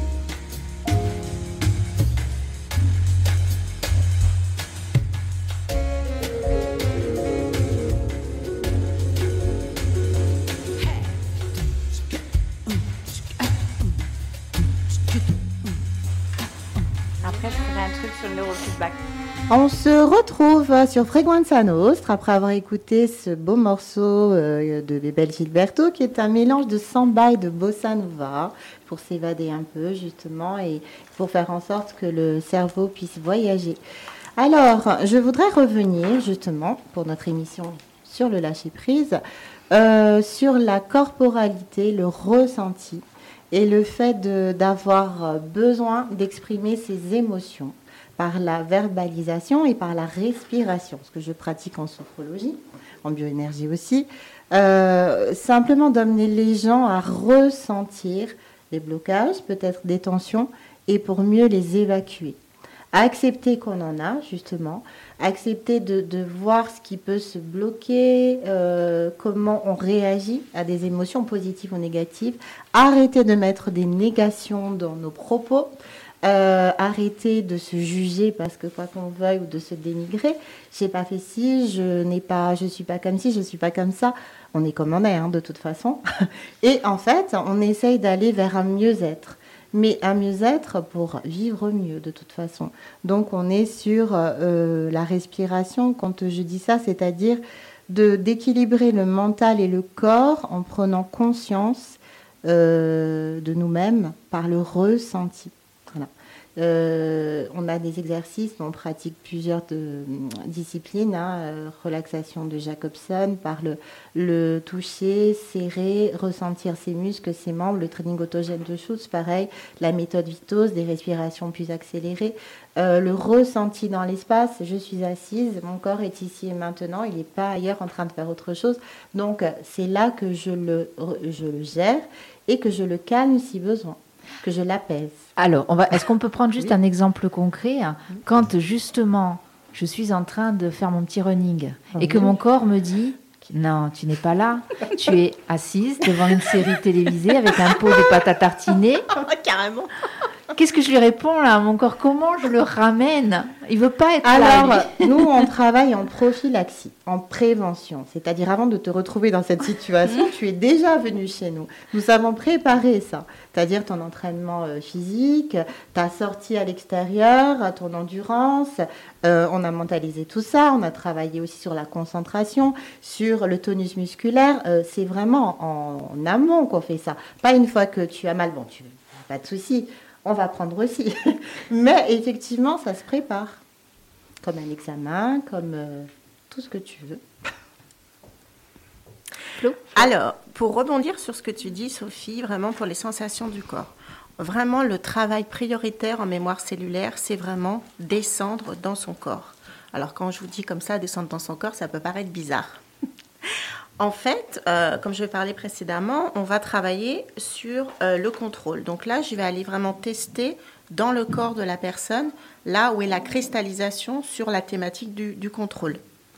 Speaker 5: Après, je ferai un truc sur le neurofeedback.
Speaker 2: On se retrouve sur Frequenza Nostra après avoir écouté ce beau morceau euh, de Bebel Gilberto qui est un mélange de samba et de bossa nova pour s'évader un peu justement et pour faire en sorte que le cerveau puisse voyager. Alors, je voudrais revenir justement pour notre émission sur le lâcher-prise euh, sur la corporalité, le ressenti et le fait de, d'avoir besoin d'exprimer ses émotions par la verbalisation et par la respiration, ce que je pratique en sophrologie, en bioénergie aussi, euh, simplement d'amener les gens à ressentir les blocages, peut-être des tensions, et pour mieux les évacuer. Accepter qu'on en a, justement, accepter de, de voir ce qui peut se bloquer, euh, comment on réagit à des émotions positives ou négatives, arrêter de mettre des négations dans nos propos, Euh, arrêter de se juger parce que quoi qu'on veuille ou de se dénigrer. J'ai pas fait ci, je n'ai pas, je suis pas comme ci, je suis pas comme ça. On est comme on est, hein, de toute façon. Et en fait, on essaye d'aller vers un mieux-être, mais un mieux-être pour vivre mieux, de toute façon. Donc, on est sur euh, la respiration. Quand je dis ça, c'est-à-dire de d'équilibrer le mental et le corps en prenant conscience euh, de nous-mêmes par le ressenti. Voilà. Euh, on a des exercices, on pratique plusieurs de, disciplines, hein, euh, relaxation de Jacobson, par le, le toucher, serrer, ressentir ses muscles, ses membres, le training autogène de Schultz, pareil, la méthode Vitos, des respirations plus accélérées, euh, le ressenti dans l'espace, je suis assise, mon corps est ici et maintenant, il n'est pas ailleurs en train de faire autre chose, donc c'est là que je le, je le gère et que je le calme si besoin, que je l'apaise.
Speaker 8: Alors, on va, est-ce qu'on peut prendre juste
Speaker 2: Oui.
Speaker 8: un exemple concret, hein, quand justement je suis en train de faire mon petit running et que mon corps me dit non, tu n'es pas là, tu es assise devant une série télévisée avec un pot de pâte à tartiner.
Speaker 1: Carrément.
Speaker 8: Qu'est-ce que je lui réponds là, mon corps? Comment je le ramène? Il veut pas être
Speaker 2: Alors,
Speaker 8: là. lui.
Speaker 2: nous, on travaille en prophylaxie, en prévention. C'est-à-dire, avant de te retrouver dans cette situation, tu es déjà venu chez nous. Nous avons préparé ça. C'est-à-dire ton entraînement euh, physique, ta sortie à l'extérieur, ton endurance. Euh, on a mentalisé tout ça. On a travaillé aussi sur la concentration, sur le tonus musculaire. Euh, c'est vraiment en, en amont qu'on fait ça. Pas une fois que tu as mal. Bon, tu pas de souci. On va prendre aussi. Mais effectivement, ça se prépare. Comme un examen, comme euh, tout ce que tu veux.
Speaker 1: Flo. Alors, pour rebondir sur ce que tu dis, Sophie, vraiment pour les sensations du corps, vraiment le travail prioritaire en mémoire cellulaire, c'est vraiment descendre dans son corps. Alors, quand je vous dis comme ça, descendre dans son corps, ça peut paraître bizarre. En fait, euh, comme je vais parler précédemment, on va travailler sur euh, le contrôle. Donc là, je vais aller vraiment tester dans le corps de la personne, là où est la cristallisation sur la thématique du, du contrôle.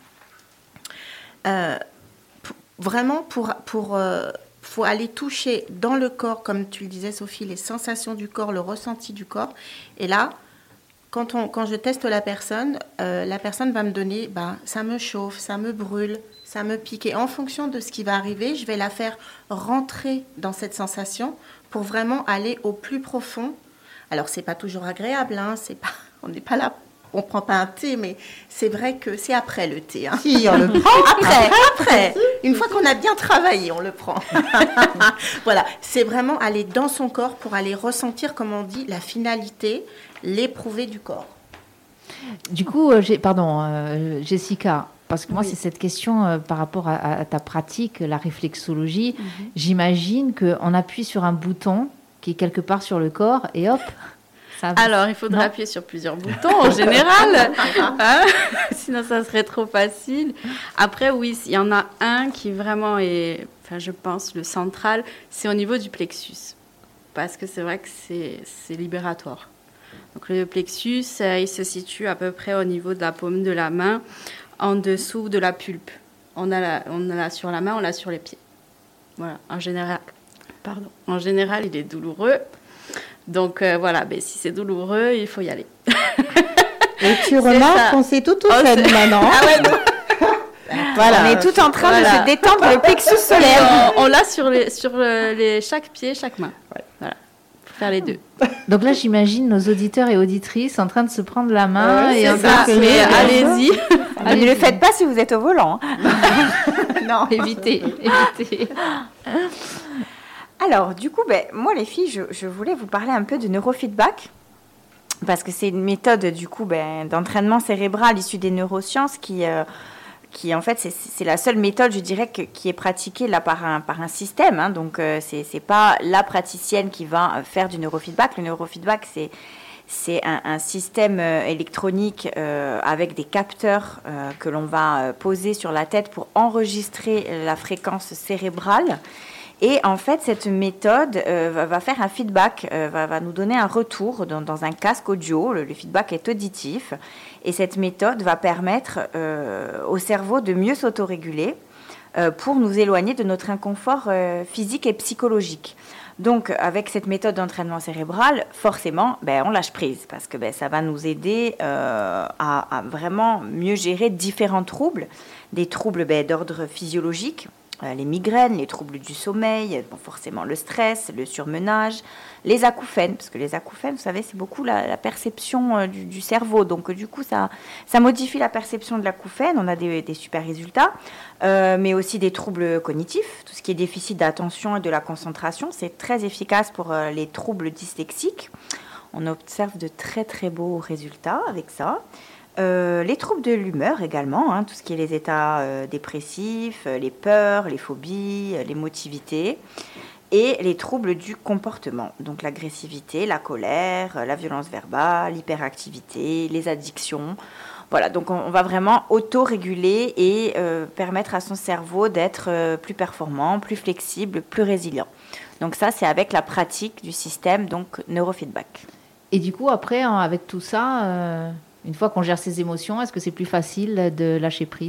Speaker 1: Euh, pour, vraiment, pour, pour euh, faut aller toucher dans le corps, comme tu le disais, Sophie, les sensations du corps, le ressenti du corps. Et là, quand, on, quand je teste la personne, euh, la personne va me donner, bah, ça me chauffe, ça me brûle, ça me pique. Et en fonction de ce qui va arriver, je vais la faire rentrer dans cette sensation pour vraiment aller au plus profond. Alors, c'est pas toujours agréable, hein, c'est pas, on n'est pas là, on prend pas un thé, mais c'est vrai que c'est après le thé. Hein.
Speaker 2: Si, on le prend
Speaker 1: après, après. Une fois qu'on a bien travaillé, on le prend. Voilà, c'est vraiment aller dans son corps pour aller ressentir, comme on dit, la finalité, l'éprouvé du corps.
Speaker 8: Du coup, euh, j'ai, pardon, euh, Jessica, parce que moi,
Speaker 1: Oui.
Speaker 8: c'est cette question euh, par rapport à, à ta pratique, la réflexologie. Mm-hmm. J'imagine qu'on appuie sur un bouton qui est quelque part sur le corps et hop. Ça
Speaker 6: Alors, il faudrait non. appuyer sur plusieurs boutons en général, hein sinon ça serait trop facile. Après, oui, il y en a un qui vraiment est, enfin, je pense, le central, c'est au niveau du plexus, parce que c'est vrai que c'est, c'est libératoire. Donc, le plexus, euh, il se situe à peu près au niveau de la paume de la main, en dessous de la pulpe. On a, la, on a la sur la main, on l'a sur les pieds. Voilà, en général. Pardon. En général, il est douloureux. Donc euh, voilà, ben, si c'est douloureux, il faut y aller.
Speaker 2: Et tu remarques qu'on s'est tout tout
Speaker 6: oh,
Speaker 2: fait maintenant.
Speaker 6: Ah ouais, non.
Speaker 5: Voilà. On est tout en train voilà. de se détendre le plexus solaire.
Speaker 6: On, on l'a sur, les, sur les, chaque pied, chaque main. Ouais. Voilà. Faut faire les deux.
Speaker 8: Donc là, j'imagine nos auditeurs et auditrices en train de se prendre la main.
Speaker 6: Ouais,
Speaker 8: et
Speaker 6: en train de
Speaker 8: mais
Speaker 6: allez-y.
Speaker 5: allez-y. Ne le faites pas si vous êtes au volant.
Speaker 8: Non, évitez, évitez.
Speaker 5: Alors, du coup, ben, moi, les filles, je, je voulais vous parler un peu de neurofeedback, parce que c'est une méthode, du coup, ben, d'entraînement cérébral issue des neurosciences qui, euh, qui en fait, c'est, c'est la seule méthode, je dirais, que, qui est pratiquée là par un, par un système. Hein, donc, euh, c'est, c'est pas la praticienne qui va faire du neurofeedback. Le neurofeedback, c'est, c'est un, un système euh, électronique euh, avec des capteurs euh, que l'on va euh, poser sur la tête pour enregistrer la fréquence cérébrale. Et en fait, cette méthode euh, va, va faire un feedback, euh, va, va nous donner un retour dans, dans un casque audio. Le, le feedback est auditif. Et cette méthode va permettre euh, au cerveau de mieux s'autoréguler euh, pour nous éloigner de notre inconfort euh, physique et psychologique. Donc, avec cette méthode d'entraînement cérébral, forcément, ben, on lâche prise parce que ben, ça va nous aider euh, à, à vraiment mieux gérer différents troubles, des troubles ben, d'ordre physiologique, les migraines, les troubles du sommeil, bon, forcément le stress, le surmenage, les acouphènes, parce que les acouphènes, vous savez, c'est beaucoup la, la perception euh, du, du cerveau. Donc, euh, du coup, ça, ça modifie la perception de l'acouphène. On a des, des super résultats, euh, mais aussi des troubles cognitifs, tout ce qui est déficit d'attention et de la concentration. C'est très efficace pour euh, les troubles dyslexiques. On observe de très, très beaux résultats avec ça. Euh, les troubles de l'humeur également, hein, tout ce qui est les états euh, dépressifs, euh, les peurs, les phobies, euh, l'émotivité et les troubles du comportement, donc l'agressivité, la colère, euh, la violence verbale, l'hyperactivité, les addictions. Voilà, donc on, on va vraiment auto-réguler et euh, permettre à son cerveau d'être euh, plus performant, plus flexible, plus résilient. Donc ça, c'est avec la pratique du système donc neurofeedback.
Speaker 8: Et du coup, après, hein, avec tout ça... Euh... Une fois qu'on gère ses émotions, est-ce que c'est plus facile de lâcher prise ?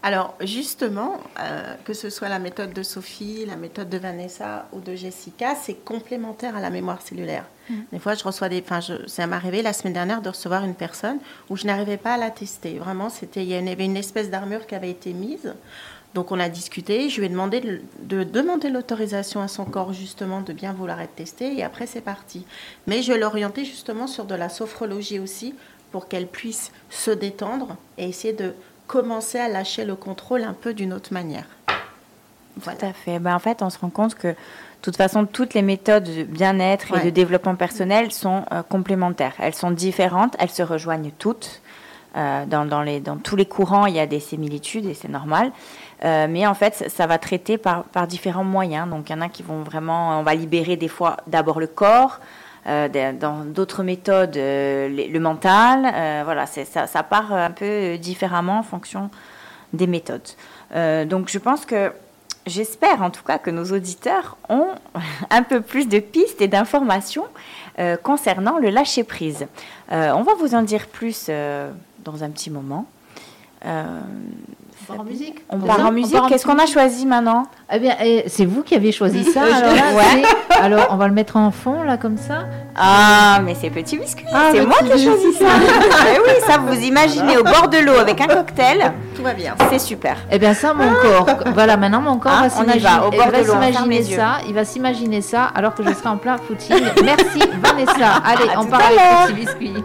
Speaker 1: Alors, justement, euh, que ce soit la méthode de Sophie, la méthode de Vanessa ou de Jessica, c'est complémentaire à la mémoire cellulaire. Mmh. Des fois, je reçois des... Enfin, je, ça m'est arrivé la semaine dernière de recevoir une personne où je n'arrivais pas à la tester. Vraiment, c'était, il y avait une espèce d'armure qui avait été mise. Donc, on a discuté. Je lui ai demandé de, de demander l'autorisation à son corps, justement, de bien vouloir être testé. Et après, c'est parti. Mais je l'ai orienté, justement, sur de la sophrologie aussi, pour qu'elle puisse se détendre et essayer de commencer à lâcher le contrôle un peu d'une autre manière.
Speaker 5: Voilà. Tout à fait. Ben, en fait, on se rend compte que, de toute façon, toutes les méthodes de bien-être ouais. et de développement personnel sont euh, complémentaires. Elles sont différentes, elles se rejoignent toutes. Euh, dans, dans, les, dans tous les courants, il y a des similitudes et c'est normal. Euh, mais en fait, ça, ça va traiter par, par différents moyens. Donc, il y en a qui vont vraiment... On va libérer des fois d'abord le corps. Euh, dans d'autres méthodes, euh, le, le mental, euh, voilà, c'est, ça, ça part un peu différemment en fonction des méthodes. Euh, donc, je pense que, j'espère en tout cas que nos auditeurs ont un peu plus de pistes et d'informations euh, concernant le lâcher-prise. Euh, on va vous en dire plus euh, dans un petit moment. Euh,
Speaker 8: On part en musique.
Speaker 5: On part en musique. Qu'est-ce qu'on a choisi maintenant ?
Speaker 8: Eh bien, eh, c'est vous qui avez choisi ça. alors, là, ouais. alors, on va le mettre en fond, là, comme ça.
Speaker 5: Ah, mais c'est Petit Biscuit.
Speaker 8: Ah,
Speaker 5: c'est moi qui ai choisi ça. Ah, oui, ça, vous imaginez au bord de l'eau avec un cocktail.
Speaker 1: Tout va bien.
Speaker 5: C'est super.
Speaker 8: Eh bien, ça, mon corps. Voilà, maintenant, mon corps
Speaker 5: ah,
Speaker 8: va s'imaginer,
Speaker 5: va, au bord
Speaker 8: va
Speaker 5: de l'eau,
Speaker 8: s'imaginer ça. Il va s'imaginer ça alors que je serai en plein footing. Merci, Vanessa. Allez,
Speaker 5: à
Speaker 8: on part avec Petit Biscuit.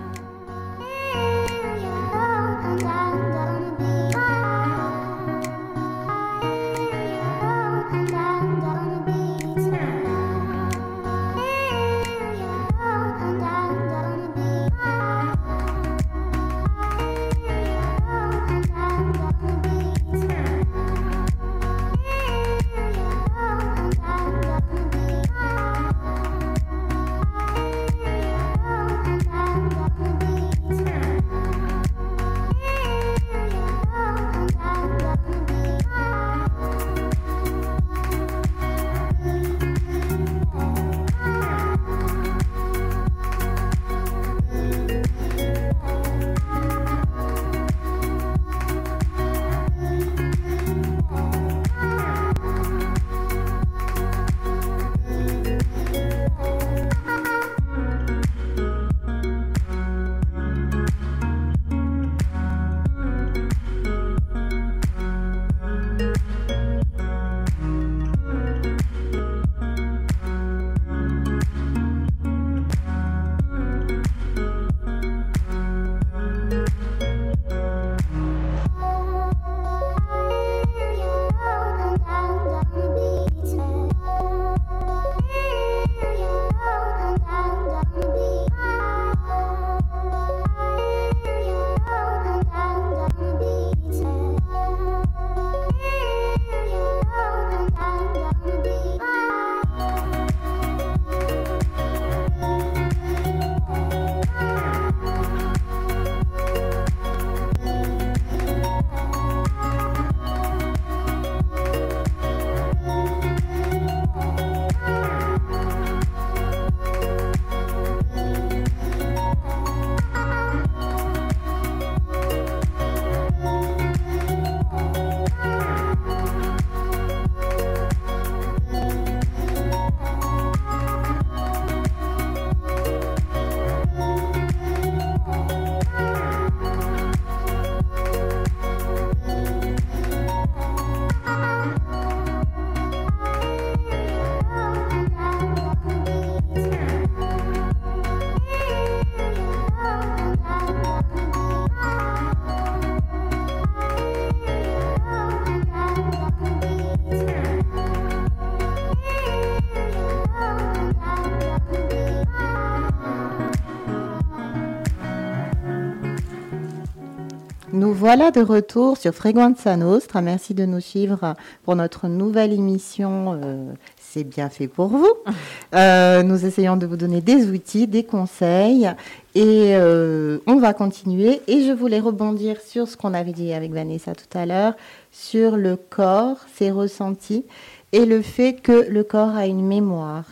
Speaker 2: Nous voilà de retour sur Frequenza Nostra. Merci de nous suivre pour notre nouvelle émission euh, C'est bien fait pour vous. Euh, nous essayons de vous donner des outils, des conseils et euh, on va continuer. Et je voulais rebondir sur ce qu'on avait dit avec Vanessa tout à l'heure, sur le corps, ses ressentis et le fait que le corps a une mémoire.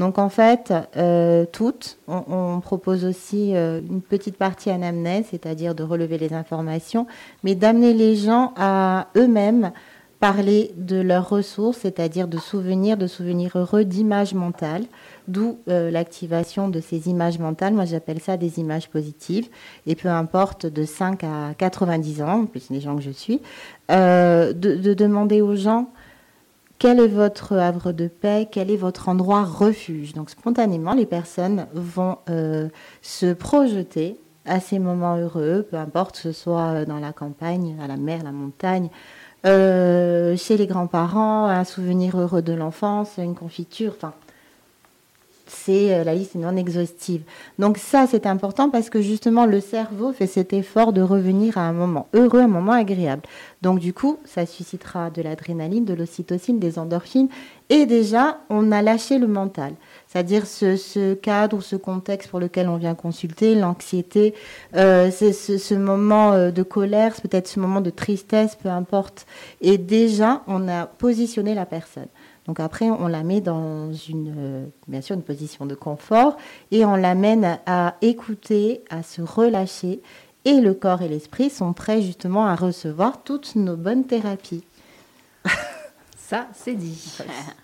Speaker 2: Donc en fait, euh, toutes, on, on propose aussi euh, une petite partie anamnèse, c'est-à-dire de relever les informations, mais d'amener les gens à eux-mêmes parler de leurs ressources, c'est-à-dire de souvenirs, de souvenirs heureux, d'images mentales, d'où euh, l'activation de ces images mentales. Moi, j'appelle ça des images positives. Et peu importe, de cinq à quatre-vingt-dix ans, plus les gens que je suis, euh, de, de demander aux gens quel est votre havre de paix, quel est votre endroit refuge. Donc, spontanément, les personnes vont euh, se projeter à ces moments heureux, peu importe que ce soit dans la campagne, à la mer, la montagne, Euh, chez les grands-parents, un souvenir heureux de l'enfance, une confiture, enfin, c'est, la liste est non exhaustive. Donc ça, c'est important parce que justement, le cerveau fait cet effort de revenir à un moment heureux, un moment agréable. Donc du coup, ça suscitera de l'adrénaline, de l'ocytocine, des endorphines, et déjà, on a lâché le mental. C'est-à-dire ce, ce cadre ou ce contexte pour lequel on vient consulter, l'anxiété, euh, c'est ce, ce moment de colère, c'est peut-être ce moment de tristesse, peu importe. Et déjà, on a positionné la personne. Donc après, on la met dans une, euh, bien sûr, une position de confort et on l'amène à écouter, à se relâcher. Et le corps et l'esprit sont prêts justement à recevoir toutes nos bonnes thérapies.
Speaker 8: Ça, c'est dit.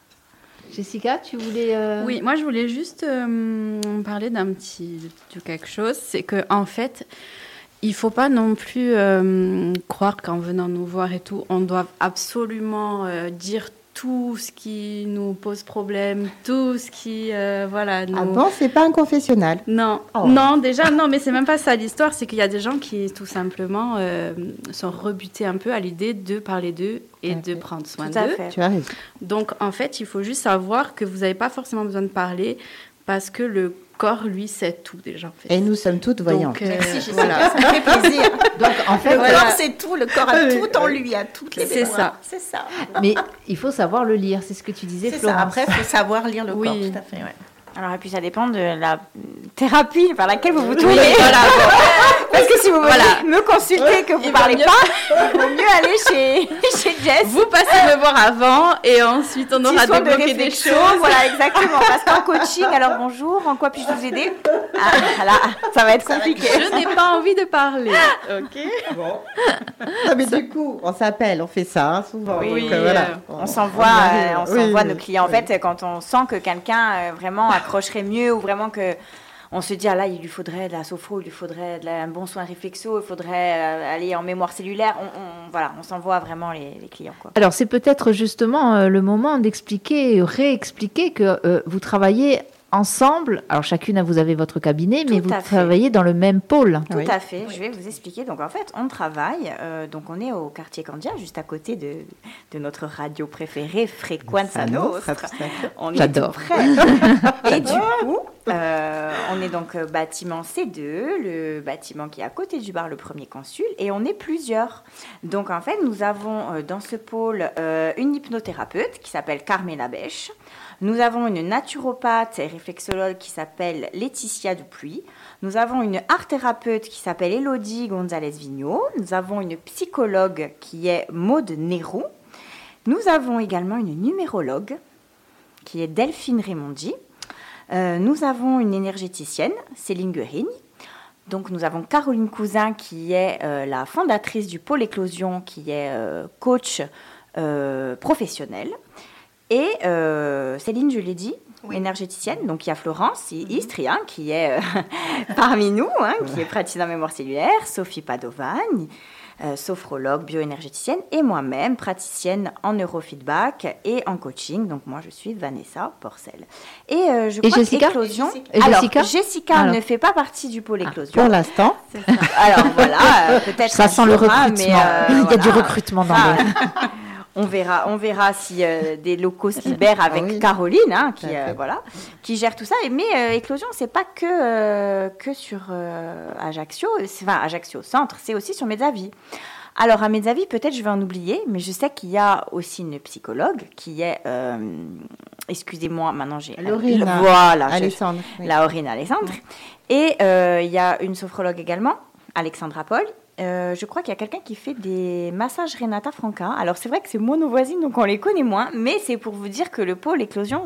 Speaker 8: Jessica, tu voulais... Euh...
Speaker 6: Oui, moi je voulais juste euh, parler d'un petit de quelque chose. C'est qu'en en fait, il ne faut pas non plus euh, croire qu'en venant nous voir et tout, on doit absolument euh, dire tout ce qui nous pose problème, tout ce qui... Euh, voilà, nous...
Speaker 2: Ah bon, c'est pas un confessionnal?
Speaker 6: Non, oh. non, déjà, non, mais c'est même pas ça l'histoire. C'est qu'il y a des gens qui, tout simplement, euh, sont rebutés un peu à l'idée de parler d'eux et okay. de prendre soin d'eux.
Speaker 2: Tu as raison.
Speaker 6: Donc, en fait, il faut juste savoir que vous n'avez pas forcément besoin de parler parce que le corps, lui, sait tout déjà. En fait.
Speaker 2: Et nous sommes toutes voyantes.
Speaker 1: Donc, euh, Merci, Jessica, voilà. Ça me fait plaisir.
Speaker 8: Donc, en fait,
Speaker 1: le
Speaker 8: voilà.
Speaker 1: corps, c'est tout. Le corps a tout en lui, a toutes les
Speaker 6: C'est
Speaker 1: mémoires.
Speaker 6: ça.
Speaker 1: C'est ça.
Speaker 8: Mais il faut savoir le lire, c'est ce que tu disais,
Speaker 1: c'est
Speaker 8: Florence.
Speaker 1: Ça. Après, il faut savoir lire le
Speaker 6: oui.
Speaker 1: corps, tout à fait, ouais.
Speaker 5: Alors, et puis ça dépend de la thérapie par laquelle vous vous trouvez. Oui, voilà, bon. Parce que si vous voilà. me consultez, que vous ne parlez mieux... pas, il vaut mieux aller chez, chez Jess.
Speaker 6: Vous passez me voir avant et ensuite on aura débloqué de des choses.
Speaker 5: Voilà, exactement. Parce qu'en coaching, alors bonjour, en quoi puis-je vous aider? Ah, là, ça va être compliqué.
Speaker 6: Je n'ai pas envie de parler. Ok.
Speaker 2: Bon. Non, mais du coup, on s'appelle, on fait ça hein, souvent.
Speaker 5: Oui,
Speaker 2: Donc, euh, voilà.
Speaker 5: On, on s'envoie, euh, on oui, s'envoie oui, nos clients. Oui. En fait, quand on sent que quelqu'un euh, vraiment accrocherait mieux ou vraiment que on se dit ah là il lui faudrait de la sophro, il lui faudrait de la, un bon soin réflexo, il faudrait euh, aller en mémoire cellulaire, on, on, voilà, on s'envoie vraiment les, les clients quoi.
Speaker 8: Alors c'est peut-être justement euh, le moment d'expliquer, réexpliquer que euh, vous travaillez ensemble, alors chacune vous avez votre cabinet, mais
Speaker 5: Tout
Speaker 8: vous
Speaker 5: à
Speaker 8: travaillez
Speaker 5: fait.
Speaker 8: dans le même pôle.
Speaker 5: Tout
Speaker 2: oui.
Speaker 5: à fait, oui. Je vais vous expliquer. Donc en fait, on travaille, euh, donc on est au quartier Candia, juste à côté de, de notre radio préférée, Frequenza Nostra. On est
Speaker 8: J'adore.
Speaker 5: tout près. Et du coup, euh, on est donc bâtiment C deux, le bâtiment qui est à côté du bar Le Premier Consul, et on est plusieurs. Donc en fait, nous avons euh, dans ce pôle euh, une hypnothérapeute qui s'appelle Carmela Bèche. Nous avons une naturopathe et réflexologue qui s'appelle Laetitia Dupuis. Nous avons une art-thérapeute qui s'appelle Elodie Gonzalez-Vigneault. Nous avons une psychologue qui est Maude Nérou. Nous avons également une numérologue qui est Delphine Raimondi. Euh, nous avons une énergéticienne, Céline Guerigne. Donc nous avons Caroline Cousin qui est euh, la fondatrice du pôle éclosion, qui est euh, coach euh, professionnel. Et euh, Céline, je l'ai dit, oui. énergéticienne. Donc il y a Florence et mm-hmm. Istri, hein, qui est euh, parmi nous, hein, qui est praticienne en mémoire cellulaire, Sophie Padovagne, euh, sophrologue, bioénergéticienne, et moi-même, praticienne en neurofeedback et en coaching. Donc moi, je suis Vanessa Porcel. Et euh, je
Speaker 8: et
Speaker 5: crois
Speaker 8: Jessica
Speaker 5: qu'éclosion...
Speaker 8: Et
Speaker 5: Alors,
Speaker 8: Jessica,
Speaker 5: Jessica alors. ne fait pas partie du pôle éclosion.
Speaker 2: Ah, pour l'instant.
Speaker 5: C'est ça. Alors voilà, euh, peut-être...
Speaker 8: Ça sent le recrutement. Mais, euh,
Speaker 5: il y a
Speaker 8: voilà. du recrutement dans
Speaker 5: ah.
Speaker 8: le...
Speaker 5: On verra, on verra si euh, des locaux se libèrent avec ah oui. Caroline, hein, qui, euh, voilà, qui gère tout ça. Mais euh, Éclosion, c'est pas que, euh, que sur euh, Ajaccio, enfin Ajaccio Centre, c'est aussi sur Mezzavi. Alors à Mezzavi, peut-être je vais en oublier, mais je sais qu'il y a aussi une psychologue qui est, euh, excusez-moi, maintenant j'ai...
Speaker 2: Laurina
Speaker 5: voilà,
Speaker 2: Alexandre.
Speaker 5: Je, oui. Laurina Alexandre. Et euh, il y a une sophrologue également, Alexandra Paul. Euh, je crois qu'il y a quelqu'un qui fait des massages Renata Franca. Alors, c'est vrai que c'est moi, nos voisines, donc on les connaît moins. Mais c'est pour vous dire que le pôle éclosion, c'est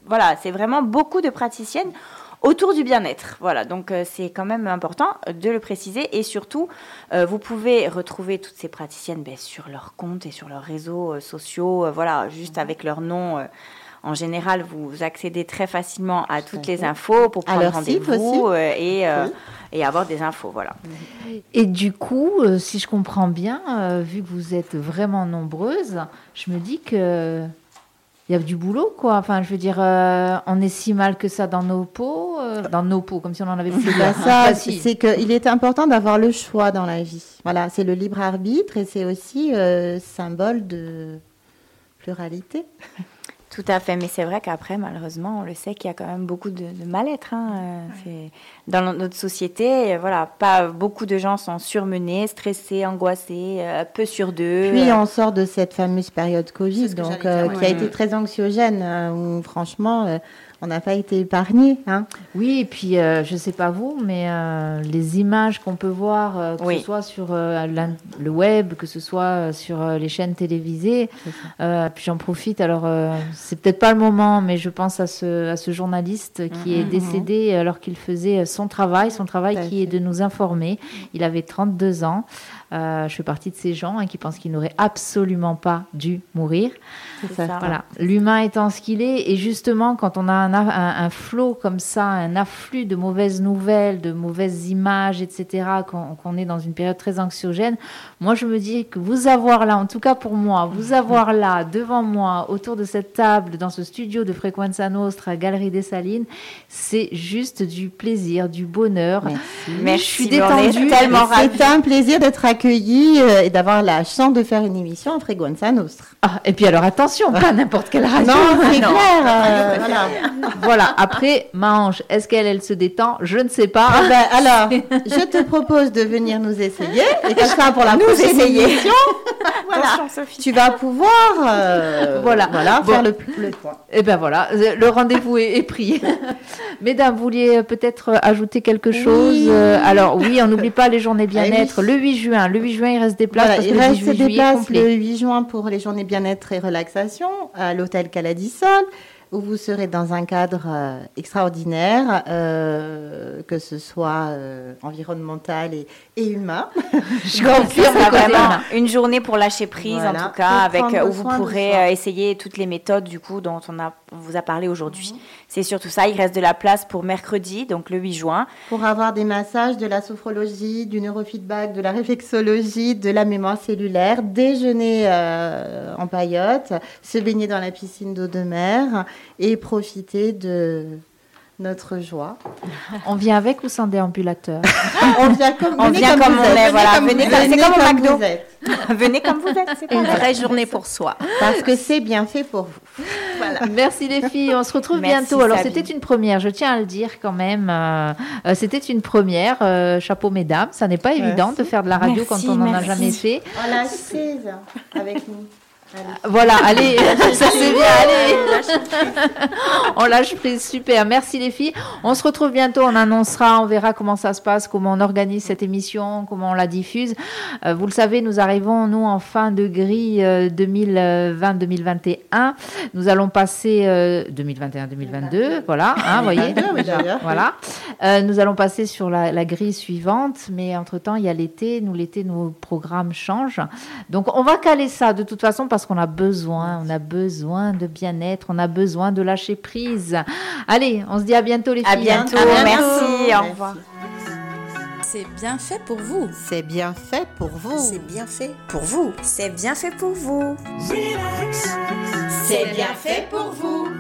Speaker 5: voilà, c'est vraiment beaucoup de praticiennes autour du bien-être. Voilà, donc euh, c'est quand même important de le préciser. Et surtout, euh, vous pouvez retrouver toutes ces praticiennes ben, sur leur compte et sur leurs réseaux euh, sociaux. Euh, voilà, juste avec leur nom. Euh, en général, vous accédez très facilement à toutes les infos pour prendre rendez-vous euh, et, euh, oui. et avoir des infos. Voilà.
Speaker 8: Et du coup, euh, si je comprends bien, euh, vu que vous êtes vraiment nombreuses, je me dis que il y a du boulot, quoi. Enfin, je veux dire, euh, on est si mal que ça dans nos peaux, euh, dans nos peaux, comme si on en avait plus.
Speaker 2: C'est ça, ah, si. C'est qu'il est important d'avoir le choix dans la vie. Voilà, c'est le libre arbitre et c'est aussi euh, symbole de pluralité.
Speaker 5: Tout à fait, mais c'est vrai qu'après, malheureusement, on le sait qu'il y a quand même beaucoup de, de mal-être. Hein. Euh, c'est... Dans notre société, voilà, pas beaucoup de gens sont surmenés, stressés, angoissés, euh, peu sûrs d'eux.
Speaker 2: Puis on sort de cette fameuse période Covid, donc euh, qui a été très anxiogène, euh, où franchement, euh, on n'a pas été épargnés. Hein.
Speaker 8: Oui, et puis euh, je ne sais pas vous, mais euh, les images qu'on peut voir, euh, que oui. ce soit sur euh, le web, que ce soit sur euh, les chaînes télévisées, euh, puis j'en profite. Alors, euh, c'est peut-être pas le moment, mais je pense à ce, à ce journaliste qui mmh, est décédé mmh. alors qu'il faisait son travail, son travail qui fait. est de nous informer. Il avait trente-deux ans. Euh, je fais partie de ces gens hein, qui pensent qu'il n'aurait absolument pas dû mourir.
Speaker 5: C'est ça.
Speaker 8: Voilà. L'humain étant ce qu'il est, et justement, quand on a un, un, un flot comme ça, un afflux de mauvaises nouvelles, de mauvaises images, et cetera, qu'on, qu'on est dans une période très anxiogène, moi, je me dis que vous avoir là, en tout cas pour moi, vous avoir là, devant moi, autour de cette table, dans ce studio de Frequenza Nostra, Galerie des Salines, c'est juste du plaisir, du bonheur.
Speaker 2: Merci.
Speaker 8: Mais je suis détendue.
Speaker 2: Tellement c'est un plaisir d'être accueillie euh, et d'avoir la chance de faire une émission à Frequenza Nostra.
Speaker 8: Ah, et puis alors, attention, pas n'importe quelle radio.
Speaker 2: Non, c'est
Speaker 8: non.
Speaker 2: clair. Euh, voilà.
Speaker 8: Voilà. Après, ma hanche, est-ce qu'elle, elle se détend? Je ne sais pas.
Speaker 2: Ah ben, alors, je te propose de venir nous essayer. Et comme ça, pour la
Speaker 5: nous
Speaker 2: prochaine
Speaker 5: essayer.
Speaker 2: émission, voilà, tu vas pouvoir euh,
Speaker 8: voilà.
Speaker 2: Voilà,
Speaker 8: bon.
Speaker 2: faire le, le point.
Speaker 8: Et ben voilà, le rendez-vous est, est pris. Mesdames, vous vouliez peut-être ajouter quelque chose?
Speaker 2: Oui.
Speaker 8: euh, Alors oui, on n'oublie pas les journées bien-être.
Speaker 2: Ah, oui.
Speaker 8: Le huit juin, le huit juin, il reste des places.
Speaker 2: Voilà,
Speaker 8: parce
Speaker 2: il
Speaker 8: que
Speaker 2: reste
Speaker 8: le
Speaker 2: des places
Speaker 8: complet.
Speaker 2: le huit juin pour les journées bien-être et relaxation à l'hôtel Caladisol, où vous serez dans un cadre euh, extraordinaire, euh, que ce soit euh, environnemental et, et humain.
Speaker 5: Je confirme vraiment une journée pour lâcher prise,
Speaker 2: voilà.
Speaker 5: en tout cas, avec, où vous pourrez
Speaker 2: euh,
Speaker 5: essayer toutes les méthodes du coup dont on, a, on vous a parlé aujourd'hui. Mmh. C'est surtout ça. Il reste de la place pour mercredi, donc le huit juin.
Speaker 2: Pour avoir des massages, de la sophrologie, du neurofeedback, de la réflexologie, de la mémoire cellulaire, déjeuner euh, en paillote, se baigner dans la piscine d'eau de mer et profiter de notre joie.
Speaker 8: On vient avec ou sans déambulateur?
Speaker 2: On vient comme,
Speaker 5: on, vient comme, comme on est, voilà. Venez,
Speaker 2: venez
Speaker 5: c'est comme,
Speaker 2: comme
Speaker 5: au McDo. Venez comme vous êtes. C'est
Speaker 1: une vraie journée pour soi.
Speaker 2: Parce que c'est bien fait pour vous.
Speaker 8: Voilà. Merci les filles, on se retrouve
Speaker 5: Merci,
Speaker 8: bientôt. Alors
Speaker 5: Sabine.
Speaker 8: C'était une première, je tiens à le dire quand même. Euh, euh, c'était une première. Euh, chapeau mesdames, ça n'est pas merci. évident de faire de la radio merci, quand on n'en a jamais fait.
Speaker 2: On lâche prise avec nous.
Speaker 8: Allez. Voilà, allez, ça c'est bien, allez. On lâche prise, super. Merci les filles. On se retrouve bientôt, on annoncera, on verra comment ça se passe, comment on organise cette émission, comment on la diffuse. Euh, vous le savez, nous arrivons, nous, en fin de grille euh, deux mille vingt deux mille vingt et un. Nous allons passer euh, deux mille vingt et un deux mille vingt-deux, voilà, hein, vous voyez. Voilà. Euh, nous allons passer sur la, la grille suivante, mais entre-temps, il y a l'été. Nous, l'été, nos programmes changent. Donc, on va caler ça de toute façon parce qu'on a besoin, on a besoin de bien-être, on a besoin de lâcher prise. Allez, on se dit à bientôt les filles.
Speaker 5: À bientôt, à bientôt. Merci, merci, au revoir.
Speaker 3: C'est bien fait pour vous.
Speaker 2: C'est bien fait pour vous.
Speaker 3: C'est bien fait pour vous. C'est bien fait pour vous.
Speaker 4: Relax. C'est bien fait pour vous.